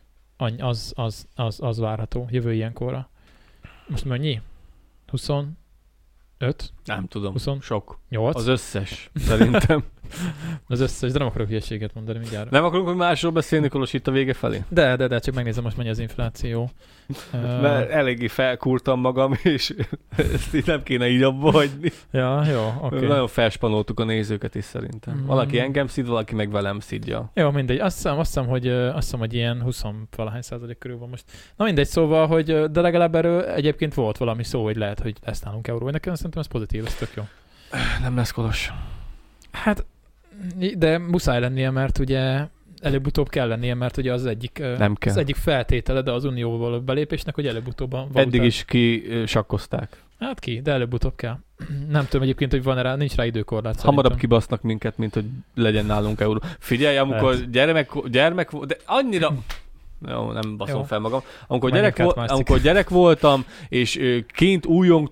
Az várható jövő ilyenkorra. Most mennyi? 25? Nem tudom. 28? Sok. Az összes, szerintem. Az összes, de nem akarok hülyeséget mondani mindjárt. Nem akarunk, hogy másról beszélni, Kolos, itt a vége felé? De, csak megnézem most mennyi az infláció. Mert eléggé felkúrtam magam, és ezt így nem kéne így abba hagyni. Ja, jó, oké. Nagyon felspanoltuk a nézőket is szerintem. Valaki engem szid, valaki meg velem szidja. Jó, mindegy. Azt hiszem, hogy ilyen 20-valahány % körül van most. Na mindegy, szóval, hogy de legalább erről egyébként volt valami szó, hogy lehet, hogy lesz nálunk euró. Nekem szerintem ez pozitív, ez tök jó. Nem lesz, Kolos. Hát, de muszáj lennie, mert ugye előbb-utóbb kell lennie, mert ugye az egyik feltétele, de az unióval belépésnek, hogy előbb-utóbb van. Eddig is kisakkozták. Hát de előbb-utóbb kell. Nem tudom egyébként, hogy nincs rá időkorlát. Hamarabb kibasznak minket, mint hogy legyen nálunk euró. Figyelj, amikor gyermek de annyira... Jó, nem baszom fel magam. Amikor gyerek voltam, és kint újongtunk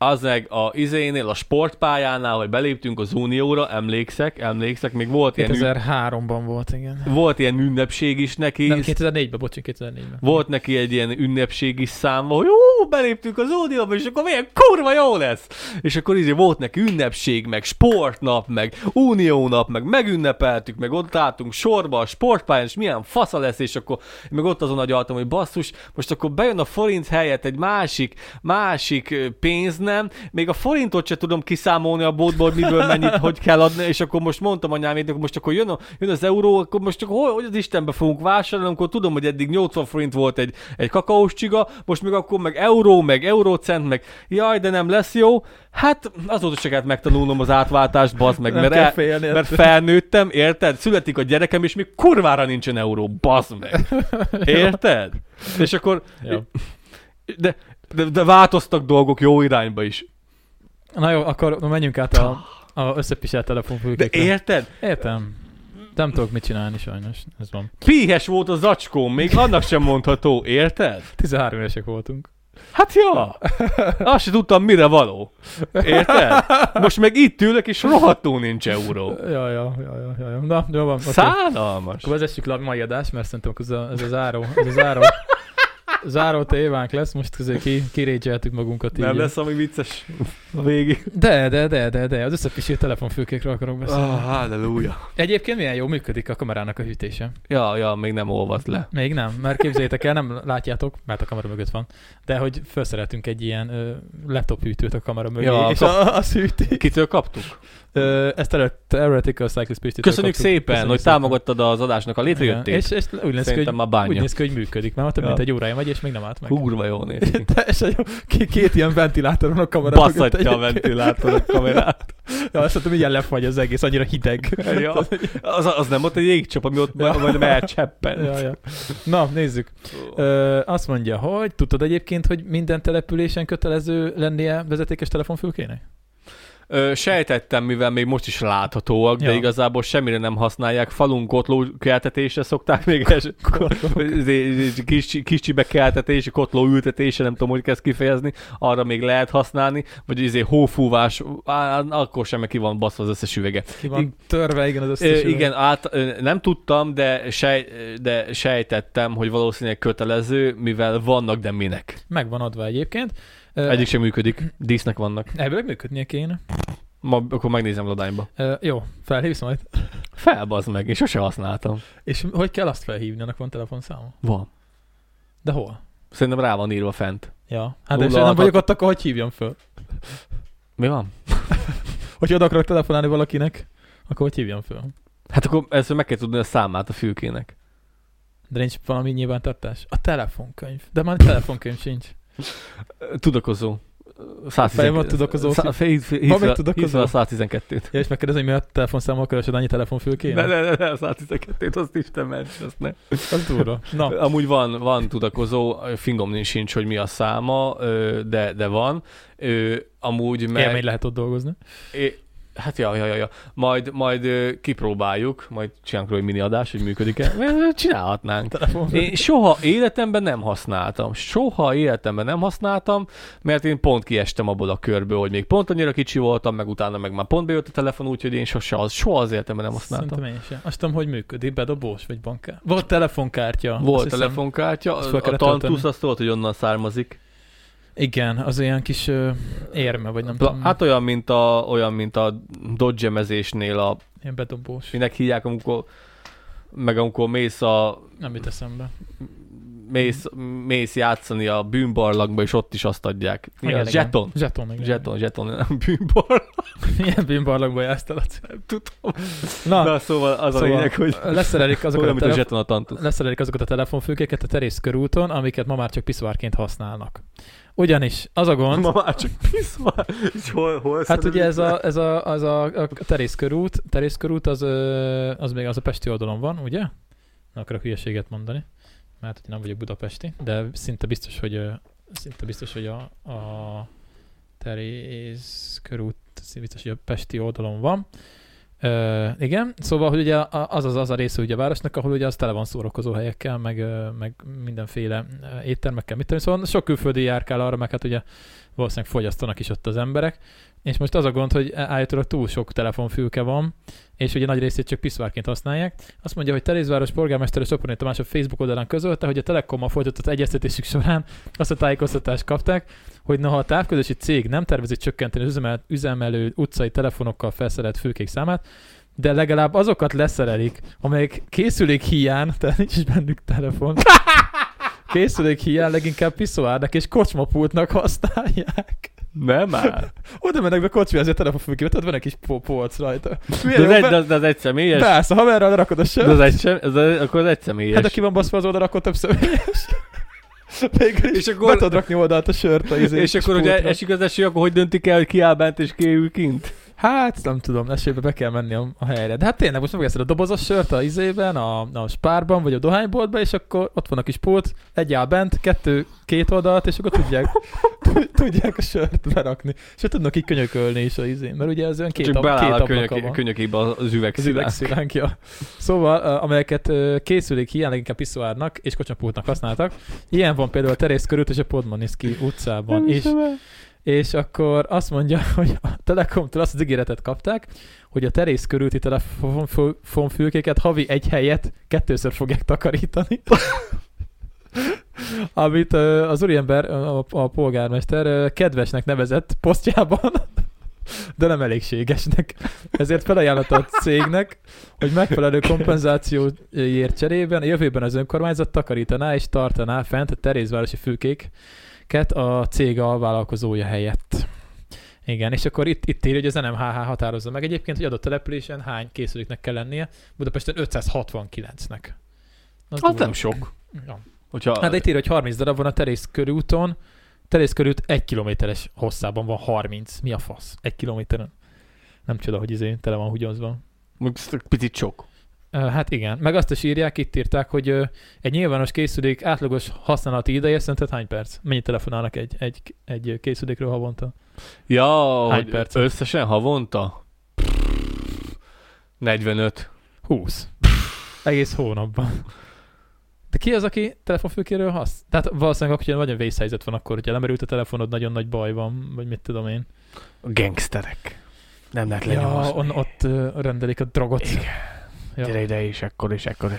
az meg a izénél, a sportpályánál, hogy beléptünk az Unióra, emlékszek, még volt ilyen... 2003-ban volt, igen. Volt ilyen ünnepség is neki. Nem, 2004-ben, bocs, 2004-ben. Volt neki egy ilyen ünnepségi számba, hogy jó, beléptünk az Unióba, és akkor milyen kurva jó lesz! És akkor volt neki ünnepség, meg sportnap, meg Uniónap, meg megünnepeltük, meg ott álltunk sorba a sportpályán, és milyen fasza lesz, és akkor meg ott azon agyaltam, hogy basszus, most akkor bejön a forint helyett egy másik pénz, nem, még a forintot se tudom kiszámolni a boltból, miből mennyit, hogy kell adni, és akkor most mondtam anyámének, most akkor jön az euró, akkor most csak hogy az Istenbe fogunk vásárolni, amikor tudom, hogy eddig 80 forint volt egy kakaós csiga, most meg akkor meg euró, meg eurócent, meg jaj, de nem lesz jó. Hát azóta se kellett megtanulnom az átváltást, bazd meg, mert felnőttem, érted? Születik a gyerekem, és még kurvára nincsen euró, bazd meg. Érted? És akkor... Ja. De változtak dolgok jó irányba is. Na jó, akkor menjünk át a összepiselt telefonfülkékre. De érted? Értem. Nem tudok mit csinálni sajnos, ez van. Píhes volt a zacskóm, még annak sem mondható, érted? 13 évesek voltunk. Hát ja, azt sem tudtam, mire való. Érted? Most meg itt ülök, és rohadtul nincs euró. Ja. Na, jó van. Szánalmas. Akkor vezessük le a mai adást, mert szerintem ez a záró tévánk lesz, most azért kirégyeltük magunkat így. Nem lesz, ami vicces a végig. De, az összepiselt telefonfülkékről akarok beszélni. Halleluja. Egyébként milyen jó működik a kamerának a hűtése. Ja, még nem olvad le. Még nem, mert képzeljétek el, nem látjátok, mert a kamera mögött van, de hogy felszereltünk egy ilyen laptop hűtőt a kamera mögé, és az hűti. Kitől kaptuk? Ezt Theoretical Cyclist Pistit. Köszönjük szépen, hogy támogattad az adásnak a létrejöttét. És úgy néz ki, hogy működik, mert több mint egy órája megy, és még nem állt meg. Kurva jól néz ki. Teljesen jó. Két ilyen ventilátoron a kamera. Basszatja a ventilátor a kamerát. Ja, azt mondtam, milyen lefagy az egész, annyira hideg. Ja. Az nem ott egy jégcsap, ami ott majd elcseppent. Ja. Na, nézzük. Azt mondja, hogy tudtad egyébként, hogy minden településen kötelező lennie vezetékes telefonfülkének? Sejtettem, mivel még most is láthatóak, de igazából semmire nem használják. Falunk kotló keltetésre szokták még kicsibe keltetés, kotló ültetése, nem tudom, hogy kezd kifejezni, arra még lehet használni, vagy hófúvás, akkor sem, ki van baszva az összes üvege. Ki van törve, igen, az összes üvege. Igen, nem tudtam, de sejtettem, hogy valószínűleg kötelező, mivel vannak, de minek. Meg van adva egyébként. Egyik sem működik, dísznek vannak. Ebből működnie kéne. Akkor megnézem Lodányba. Jó, felhívsz majd? Felbazd meg, és sose használtam. És hogy kell azt felhívni? Annak van telefonszáma? Van. De hol? Szerintem rá van írva fent. Ja, hát de nem vagyok ott, akkor hogy hívjam föl? Mi van? Hogyha oda akarok telefonálni valakinek, akkor hogy hívjam föl? Hát akkor először meg kell tudni a számát a fülkének. De nincs valami nyilvántartás? A telefonkönyv. De már telefonkönyv sincs. Tudakozó. Fejemben tudakozó. Hívsz a 112-t. Ja, és megkérdezem, hogy mi a telefonszámmal keresed annyi telefonfülkének? Ne, a 112-t, azt Isten ments, azt ne. Az durva. Na. Amúgy van tudakozó, fingom sincs, hogy mi a száma, de van. Amúgy meg... Élmény lehet ott dolgozni. Hát ja. Majd kipróbáljuk, majd csinálunk róla egy mini adás, hogy működik-e. Csinálhatnánk. Én soha életemben nem használtam, mert én pont kiestem abból a körből, hogy még pont annyira kicsi voltam, meg utána meg már pont bejött a telefon, úgyhogy én soha az életemben nem használtam. Szerintem én sem. Azt tudom, hogy működik, bedobós vagy bankkártya. Volt telefonkártya. Volt telefonkártya, a Tantusz azt tudod, hogy onnan származik. Igen, az olyan kis érme, vagy nem tudom. Hát olyan, mint a dodgemezésnél ilyen bedobós. Minek hívják, amikor mész nem jut eszembe. Mész játszani a bűnbarlangba, és ott is azt adják. Igen. Zseton, nem bűnbarlang. Milyen bűnbarlangba jártál? Nem tudom. Na, szóval az a lényeg, hogy leszerelik azokat a telefonfülkéket a Terészkörúton, amiket ma már csak piszvárként használnak. Ugyanis az a gond... Ma már csak piszvár? Hol hát ugye ez a Terészkörút az még az a pesti oldalon van, ugye? Nem akarok hülyeséget mondani, mert nem vagyok budapesti, de szinte biztos, hogy a Terészkörút biztos, hogy a pesti oldalon van. Igen, szóval, hogy ugye az a része ugye a városnak, ahol ugye az tele van szórakozó helyekkel, meg mindenféle éttermekkel, mit tudom, szóval sok külföldi járkál arra, meg hát ugye valószínűleg fogyasztanak is ott az emberek, és most az a gond, hogy állítólag túl sok telefonfülke van, és ugye nagy részét csak piszvárként használják. Azt mondja, hogy Terézváros polgármestere Soproni Tamás a Facebook oldalán közölte, hogy a Telekommal folytatott egyeztetésük során azt a tájékoztatást kapták, hogy noha a távközlési cég nem tervezi csökkenteni az üzemelő utcai telefonokkal felszerelt fülkék számát, de legalább azokat leszerelik, amelyek készülék hiány, tehát nincs is bennük telefon, készülék hiány leginkább piszoárnak és kocsmapultnak használják. Nem már. Oda mennek be kocsmázni a telefonfülkébe, tehát van egy kis polc rajta. De az egy személyes? Beállsz a haverral, rakod a sört. Akkor az egy személyes. Hát aki van baszva az oldal, akkor több személyes. És akkor be tudod rakni oldalt a sört a és akkor ugye esik az eső, akkor hogy döntik el, hogy ki áll bent és ki ül kint? Hát nem tudom, esőbe be kell menni a helyre. De hát tényleg most megveszed a dobozos sört a izében, a spárban vagy a dohányboltban, és akkor ott van a kis pult, egy áll bent, két oldalt, és akkor tudják a sört berakni. És tudnak így könyökölni is a izén, mert ugye ez olyan két ablaka van. Könyökébe az üvegszilánk. Ja. Szóval, amelyeket készülék hiány leginkább piszoárnak és kocsmapultnak használtak. Ilyen van például a Terész körút és a Podmaniszki utcában is. És akkor azt mondja, hogy a Telekomtól azt az ígéretet kapták, hogy a Terész körülti telefonfülkéket havi egy helyet 2-ször fogják takarítani. Amit az úriember, a polgármester kedvesnek nevezett posztjában, de nem elégségesnek. Ezért felajánlotta a cégnek, hogy megfelelő kompenzációért cserében a jövőben az önkormányzat takarítaná és tartaná fent a Terézvárosi fülkéket a cég alvállalkozója helyett. Igen, és akkor itt írja, hogy az NMHH határozza meg egyébként, hogy adott településen hány készüléknek kell lennie. Budapesten 569-nek. Az nem sok. Ja. Hogyha... Hát itt írja, hogy 30 darab van a Terész körúton. Terész körút 1 kilométeres hosszában van 30. Mi a fasz? 1 kilométeren. Nem csoda, hogy tele van húgyozva. Picit sok. Hát igen. Meg azt is írják, itt írták, hogy egy nyilvános készülék átlagos használati ideje szerinted hány perc? Mennyit telefonálnak egy készülékről havonta? Ja, hány hogy perc? Összesen havonta? 45. 20. Egész hónapban. De ki az, aki telefonfülkéről hasz? Tehát valószínűleg akkor nagyon vészhelyzet van akkor, hogyha lemerült a telefonod, nagyon nagy baj van, vagy mit tudom én. A gangsterek. Nem lehet lenyomozni. Ja, ott rendelik a drogot. Igen. Ja. Gyere ide és ekkor.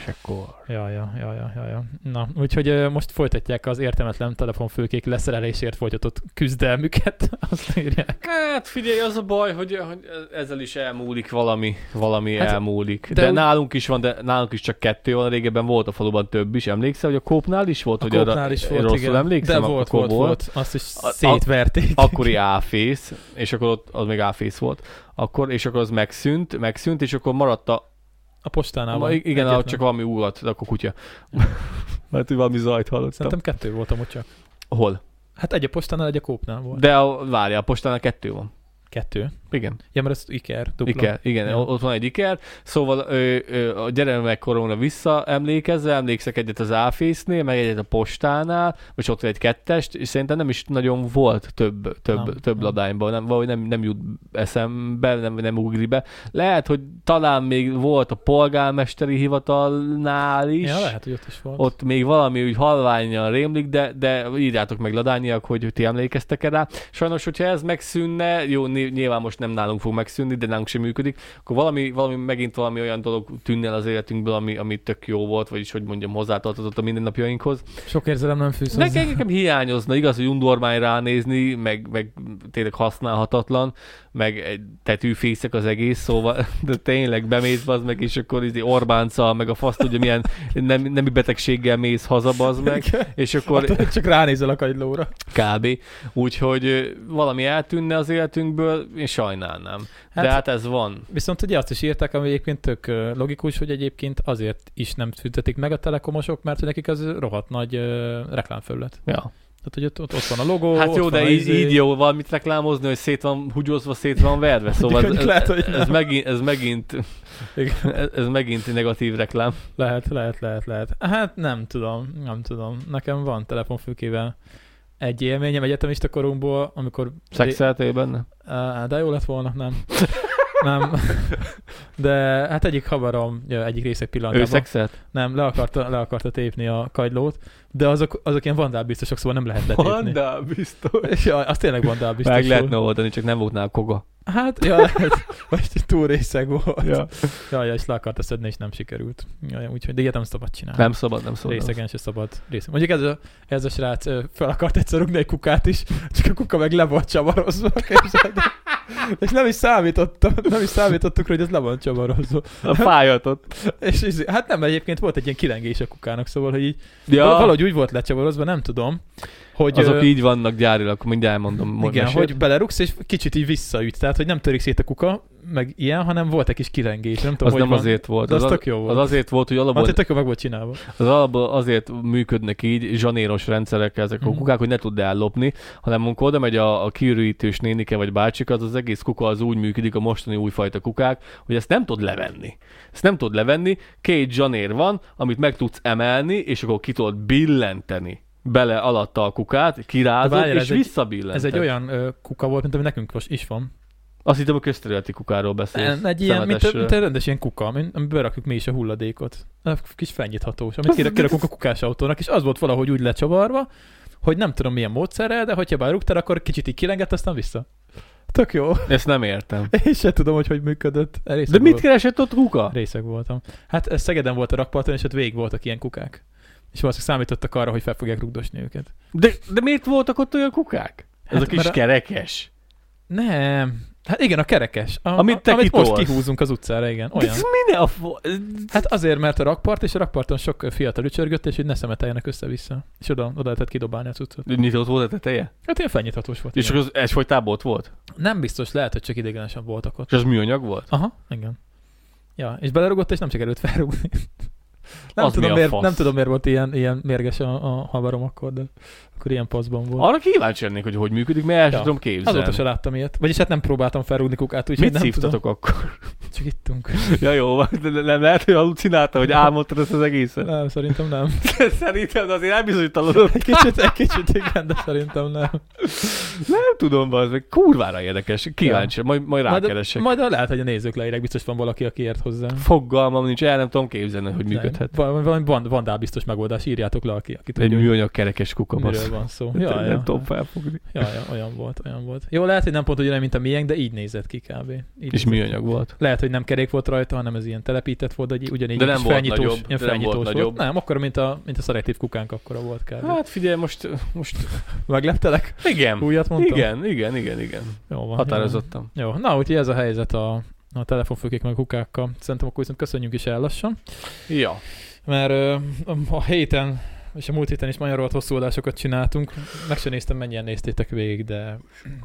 Ja. Na, úgyhogy most folytatják az értelmetlen telefonfülkék leszerelésért folytatott küzdelmüket, azt írják. Hát figyelj, az a baj, hogy ezzel is elmúlik valami hát, elmúlik. De nálunk is csak 2 van, régebben volt a faluban több is, emlékszel, hogy a Kópnál is volt? A Kópnál is volt, rosszul igen. Emlékszem, de volt, azt is szétverték. Akkori áfész, és akkor az még áfész volt, és akkor az megszűnt, és akkor maradt a postánál van. Igen, csak valami úrat, de akkor kutya. Mert valami zajt hallottam. Szerintem 2 voltam ott csak. Hol? Hát egy a postánál, egy a Kópnál volt. De várjál, a postánál 2 van. 2? Igen. Ja, mert ez Iker, dupla. Iker, igen, ja. Ott van egy Iker. Szóval a gyermekkoromra emlékszek egyet az Áfésznél, meg egyet a postánál, vagy ott egy 2-est, és szerintem nem is nagyon volt több ladányban, nem jut eszembe, nem ugri be. Lehet, hogy talán még volt a polgármesteri hivatalnál is. Ja, lehet, hogy ott is volt. Ott még valami úgy halványan rémlik, de írjátok meg ladányiak, hogy ti emlékeztek rá. Sajnos, hogyha ez megszűnne, jó, nyilván most nem nálunk fog megszűnni, de nálunk sem működik, akkor megint valami olyan dolog tűnne el az életünkből, ami tök jó volt, vagyis hogy mondjam, hozzátartozott a mindennapjainkhoz. Sok érzelem nem fűz hozzá. Nekem hiányozna, igaz, hogy undormány ránézni, meg tényleg használhatatlan, meg egy tetűfészek az egész, szóval de tényleg bemész bazd meg, és akkor Orbánccal, meg a fasz tudja milyen nemi betegséggel mész haza bazd meg, és akkor... Hát, csak ránézel a kagylóra. Kb. Úgyhogy valami eltűnne az életünkből, én sajnálnám. De hát ez van. Viszont ugye azt is írták, ami egyébként tök logikus, hogy egyébként azért is nem szüntetik meg a telekomosok, mert hogy nekik az rohadt nagy reklámfelület. Ja. Tehát, hogy ott van a logó. Hát jó, de így jó valamit reklámozni, hogy szét van húgyozva, szét van verve. Szóval ez megint negatív reklám. Lehet. Hát nem tudom. Nekem van telefonfülkével egy élményem egyetemista korunkból, amikor... Szexeltél benne? De jó lett volna, nem. Nem. De hát egyik haverom egyik részek Ő pillanatában. szexelt? Nem, le akarta tépni a kagylót, de azok ilyen vandálbiztosok, szóval nem lehet letépni. Vandálbiztos. Ja, az tényleg vandálbiztos. Meg lehetne oldani, csak nem volt nála koga. Hát, ja, vagy túl részeg volt. Ja. Ja, és le akarta szedni, és nem sikerült. Ja, úgyhogy, de ilyet nem szabad csinálni. Nem szabad. Részegen se szabad. Mondjuk ez a srác fel akart egyszer rúgni egy kukát is, csak a kuka meg le volt csavarozva. És nem is számítottuk, hogy ez le van csavarozva. A fájatott. És hát nem, egyébként volt egy ilyen kilengés a kukának, szóval, hogy így Ja. valahogy úgy volt lecsavarozva, nem tudom. Hogy, azok így vannak gyárilag, akkor mindjárt elmondom. Igen, hogy belerugsz, és kicsit így visszaüt. Tehát, hogy nem törik szét a kuka, meg ilyen, hanem volt egy kis kilengés. Nem tudom, az hogy nem van. azért volt. Az tök jó volt. Az azért volt, hogy alapból... Hát, tök jó meg volt csinálva. Az alapból azért működnek így zsanéros rendszerekkel ezek a kukák, hogy ne tudd ellopni, hanem amikor oda megy a kiürítős nénike vagy bácsik, az egész kuka az úgy működik, a mostani újfajta kukák, hogy ezt nem tud levenni. Két zsanér van, amit meg tudsz emelni, és akkor ki tudod billenteni bele alatta a kukát, kirázod, és visszabillented. Ez egy olyan kuka volt, mint ami nekünk most is van. Azt hittem, a közterületi kukáról beszélsz. Egy ilyen, mint egy rendes ilyen kuka, amiben berakjuk mi is a hulladékot. A kis felnyithatós, amit kirakunk a kukás autónak, és az volt valahogy úgy lecsavarva, hogy nem tudom milyen módszerrel, de hogyha berúgtál, akkor kicsit így kilengett, aztán vissza. Tök jó. Ezt nem értem. Én sem tudom, hogy működött. De mit keresett ott kuka? Részeg voltam. Hát Szegeden volt a rakparton, és ott végig voltak ilyen kukák. És valószínűleg számítottak arra, hogy fel fogják rugdosni őket. De miért voltak ott olyan kukák? Ez a kis kerekes. Nem. Hát igen, a kerekes. Amit most kihúzunk az utcára, igen. Olyan. De hát azért, mert a rakpart, és a rakparton sok fiatal ücsörgött, és hogy ne szemeteljenek össze-vissza. És oda lehetett kidobálni a cuccot. Nyitott volt a teteje? Hát ilyen felnyithatós volt. És az egyfolytában ott volt? Nem biztos, lehet, hogy csak idegenesen voltak ott. És az műanyag volt? Aha, igen. Ja, és belerugott, és nem sikerült felrúgni. Nem tudom, miért volt ilyen mérges a haverom akkor, de akkor ilyen paszban volt. Arra kíváncsi lennék, hogy működik, mert el sem tudom képzelni. Azóta sem láttam ilyet. Vagyis hát nem próbáltam felrúgni kukát, úgyhogy mit nem szívtatok tudom. akkor? Csak ittunk. Ja jó, de nem lehet, hogy halucinálta, hogy álmodtad ezt az egészet? Nem, szerintem nem. Szerintem, de azért elbizonytalanodott. Egy kicsit igen, de szerintem nem. Nem tudom, meg kurvára érdekes. Kíváncsi, majd rákeresek. Majd lehet, hogy a nézők leírják, biztos van valaki, aki ért hozzá. Fogalmam nincs, el nem tudom képzelni, hogy működhet. Valami vandál biztos megoldás, írjátok le, aki egy műanyag kerekes kuka. Miről van szó. Nem tudom felfogni. Ja, olyan volt. Jó, lehet, hogy nem pont ugyanilyen, mint a miénk, de így nézett ki kb. És műanyag volt. Lehet, hogy nem kerék volt rajta, hanem ez ilyen telepített volt, de ugyanígy de nem volt felnyitós, nagyobb. Volt. Nem, akkor, mint a szelektív kukánk akkora volt kb. Hát figyelj, most megleptelek? Igen. Újat mondtam? Igen. Jó van. Határozottam. Jó, na úgyhogy ez a helyzet a telefonfülkék meg a kukákkal. Szerintem akkor viszont köszönjük is el lassan. Ja. Mert a héten és a múlt héten is magyarul hosszú adásokat csináltunk. Meg sem néztem, mennyien néztétek végig, de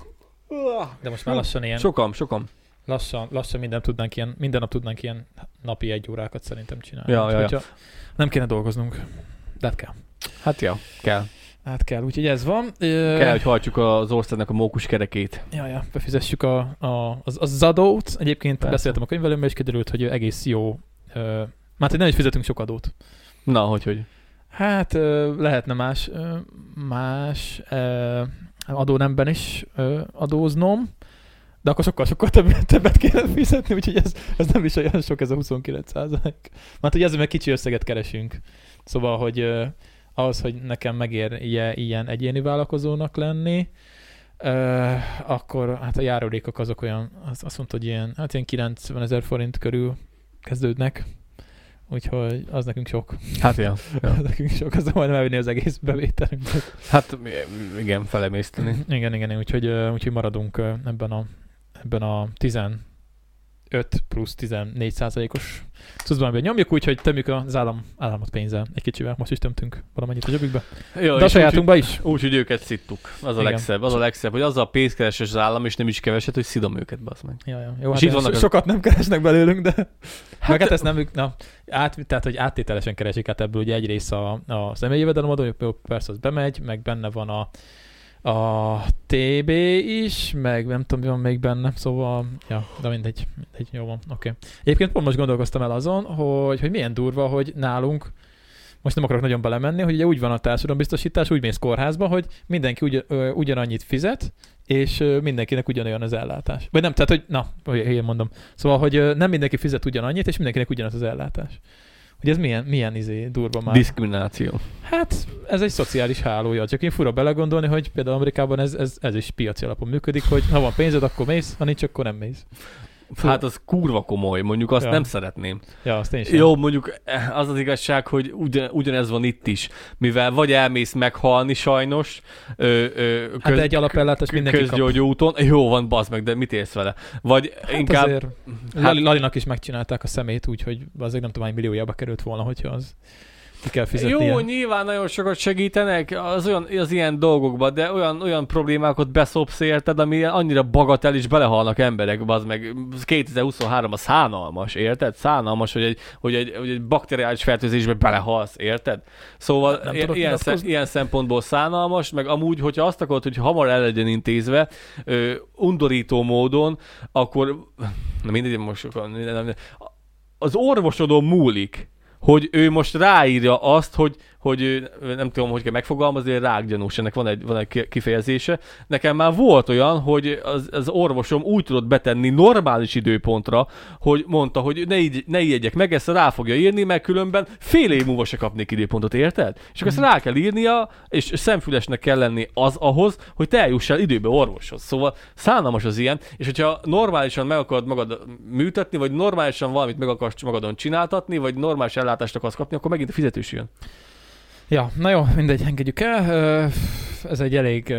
most már lassan ilyen... Sokan. Lassan minden nap tudnánk ilyen napi 1 órákat szerintem csinálni. Ja. Nem kéne dolgoznunk. De hát kell. Hát ja, kell. Hát kell, úgyhogy ez van. Kell, hogy hajtsuk az országnak a mókus kerekét. Ja, befizessük az adót. Egyébként persze. Beszéltem a könyvelőmmel, és kiderült, hogy egész jó. Már nem is fizetünk sok adót. Na, hogy? Hát lehetne más adónemben is adóznom, de akkor sokkal többet kéne fizetni, úgyhogy ez nem is olyan sok, ez a 29%. Mert ugye ezzel meg kicsi összeget keresünk. Szóval, hogy ahhoz, hogy nekem megérje ilyen egyéni vállalkozónak lenni, akkor hát a járulékok azok olyan, azt mondta, hogy ilyen 90 000 forint körül kezdődnek. Úgyhogy az nekünk sok. Hát ja. Az nekünk sok, az majdnem elvinni az egész bevételünket. Hát igen, felemészteni. Igen, úgyhogy maradunk ebben a 15 plusz 14%-os cuccban nyomjuk, úgyhogy tömjük az államot pénzzel egy kicsivel. Most is tömtünk valamennyit a zsebükbe. Jó, de a sajátunkba is. Úgy, őket szittuk. Az a legszebb, hogy azzal pénzkeres az állam, és nem is keveset, hogy szidom őket, bassz meg. Ja. Jó, hát sokat nem keresnek belőlünk, de meg hát ezt nem tehát, hogy áttételesen keresik, hát ebből ugye egyrészt a személyi jövedelemadó, persze az bemegy, meg benne van a TB is, meg nem tudom, mi van még benne, szóval, ja, de mindegy, jó van, oké. Egyébként pont most gondolkoztam el azon, hogy milyen durva, hogy nálunk most nem akarok nagyon belemenni, hogy ugye úgy van a társadalombiztosítás, úgy mész kórházba, hogy mindenki ugyanannyit fizet, és mindenkinek ugyanolyan az ellátás. Vagy nem, tehát, hogy én mondom. Szóval, hogy nem mindenki fizet ugyanannyit, és mindenkinek ugyanaz az ellátás. Hogy ez milyen durva már. Diszkrimináció. Hát ez egy szociális hálója. Csak én fura belegondolni, hogy például Amerikában ez is piaci alapon működik, hogy ha van pénzed, akkor mész, ha nincs, akkor nem mész. Hát az kurva komoly, mondjuk azt nem szeretném. Ja, azt én sem. Jó, mondjuk az igazság, hogy ugyanez van itt is. Mivel vagy elmész meghalni sajnos, hát egy alapellátás mindenki közgyógyúton. Jó van, bazd meg, de mit érsz vele? Vagy hát inkább... Azért Lalinak is megcsinálták a szemét, úgyhogy azért nem tudom, hány milliójába került volna, hogyha az ki kell fizetnie. Jó, nyilván nagyon sokat segítenek az ilyen dolgokban, de olyan problémákat beszopsz, érted, ami annyira bagatel is belehalnak emberek, bazd meg 2023 az szánalmas, érted? Szánalmas, hogy egy bakteriális fertőzésbe belehalsz, érted? Szóval ilyen szempontból szánalmas, meg amúgy, hogyha azt akarod, hogy hamar el legyen intézve, undorító módon, akkor mindegy, most az orvosodon múlik, hogy ő most ráírja azt, hogy nem tudom, hogy kell megfogalmazni, hogy rákgyanús, ennek van egy kifejezése. Nekem már volt olyan, hogy az orvosom úgy tudott betenni normális időpontra, hogy mondta, hogy ne ijedjek meg, ezt rá fogja írni, mert különben fél év múlva se kapnék időpontot, érted? És akkor ezt rá kell írnia, és szemfülesnek kell lenni ahhoz, hogy te eljussál időbe orvoshoz. Szóval szánalmas az ilyen, és hogyha normálisan meg akarod magad műtetni, vagy normálisan valamit meg akarsz magadon csináltatni, vagy normális ellátást akarsz kapni, akkor megint a fizetős jön. Ja, na jó, mindegy, engedjük el. Ez egy elég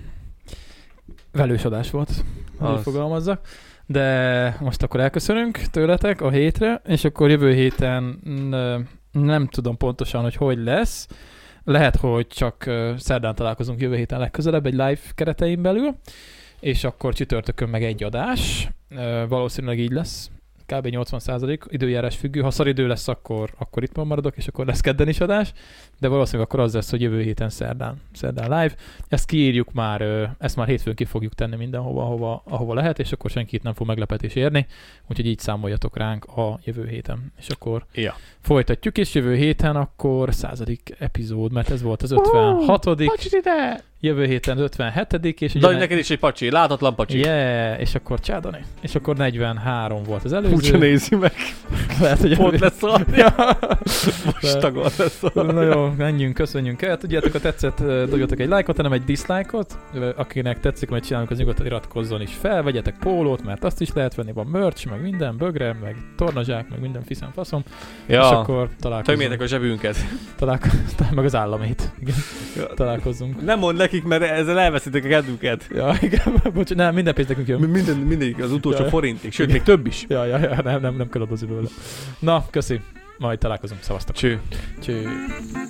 velős adás volt, hogy fogalmazzak. De most akkor elköszönünk tőletek a hétre, és akkor jövő héten nem tudom pontosan, hogy lesz. Lehet, hogy csak szerdán találkozunk jövő héten legközelebb egy live keretein belül, és akkor csütörtökön meg egy adás. Valószínűleg így lesz. Kb. 80% időjárás függő. Ha szaridő lesz, akkor itt maradok, és akkor lesz kedden is adás. De valószínűleg akkor az lesz, hogy jövő héten szerdán live. Ezt kiírjuk már, ezt már hétfőn ki fogjuk tenni mindenhova, ahova lehet, és akkor senkit nem fog meglepetés érni. Úgyhogy így számoljatok ránk a jövő héten. És akkor folytatjuk, és jövő héten akkor 100. epizód, mert ez volt az 56. Jövő héten 57. és Dani, neked is egy pacsi, látatlan pacsi. Yeah, és akkor Csádani. És akkor 43 volt az előző. Úgyse nézi meg. Lehet, hogy pont lesz szarni. Most tagol lesz szarni. Na jó, menjünk, köszönjünk el. Tudjátok, ha tetszett, dobjatok egy lájkot, hanem egy dislike-ot. Akinek tetszik, majd csinálunk, az nyugodtan iratkozzon is fel. Vegyetek pólót, mert azt is lehet venni. Van merch, meg minden, bögre, meg tornazsák, meg minden fiszem faszom. Ja, és akkor találkozunk. Tömjétek a zsebünket. Meg az államét. Igen. Találkozzunk. Nem mondd nekik, mert ezzel elveszítek a kedvüket. Ja, igen. Bocs, nem, minden pénz nekünk jön. Mindig az utolsó forintig, sőt, még több is. Ja, nem kell adozni belőle. Na, köszi. Majd találkozunk. Szevasztok. Cső.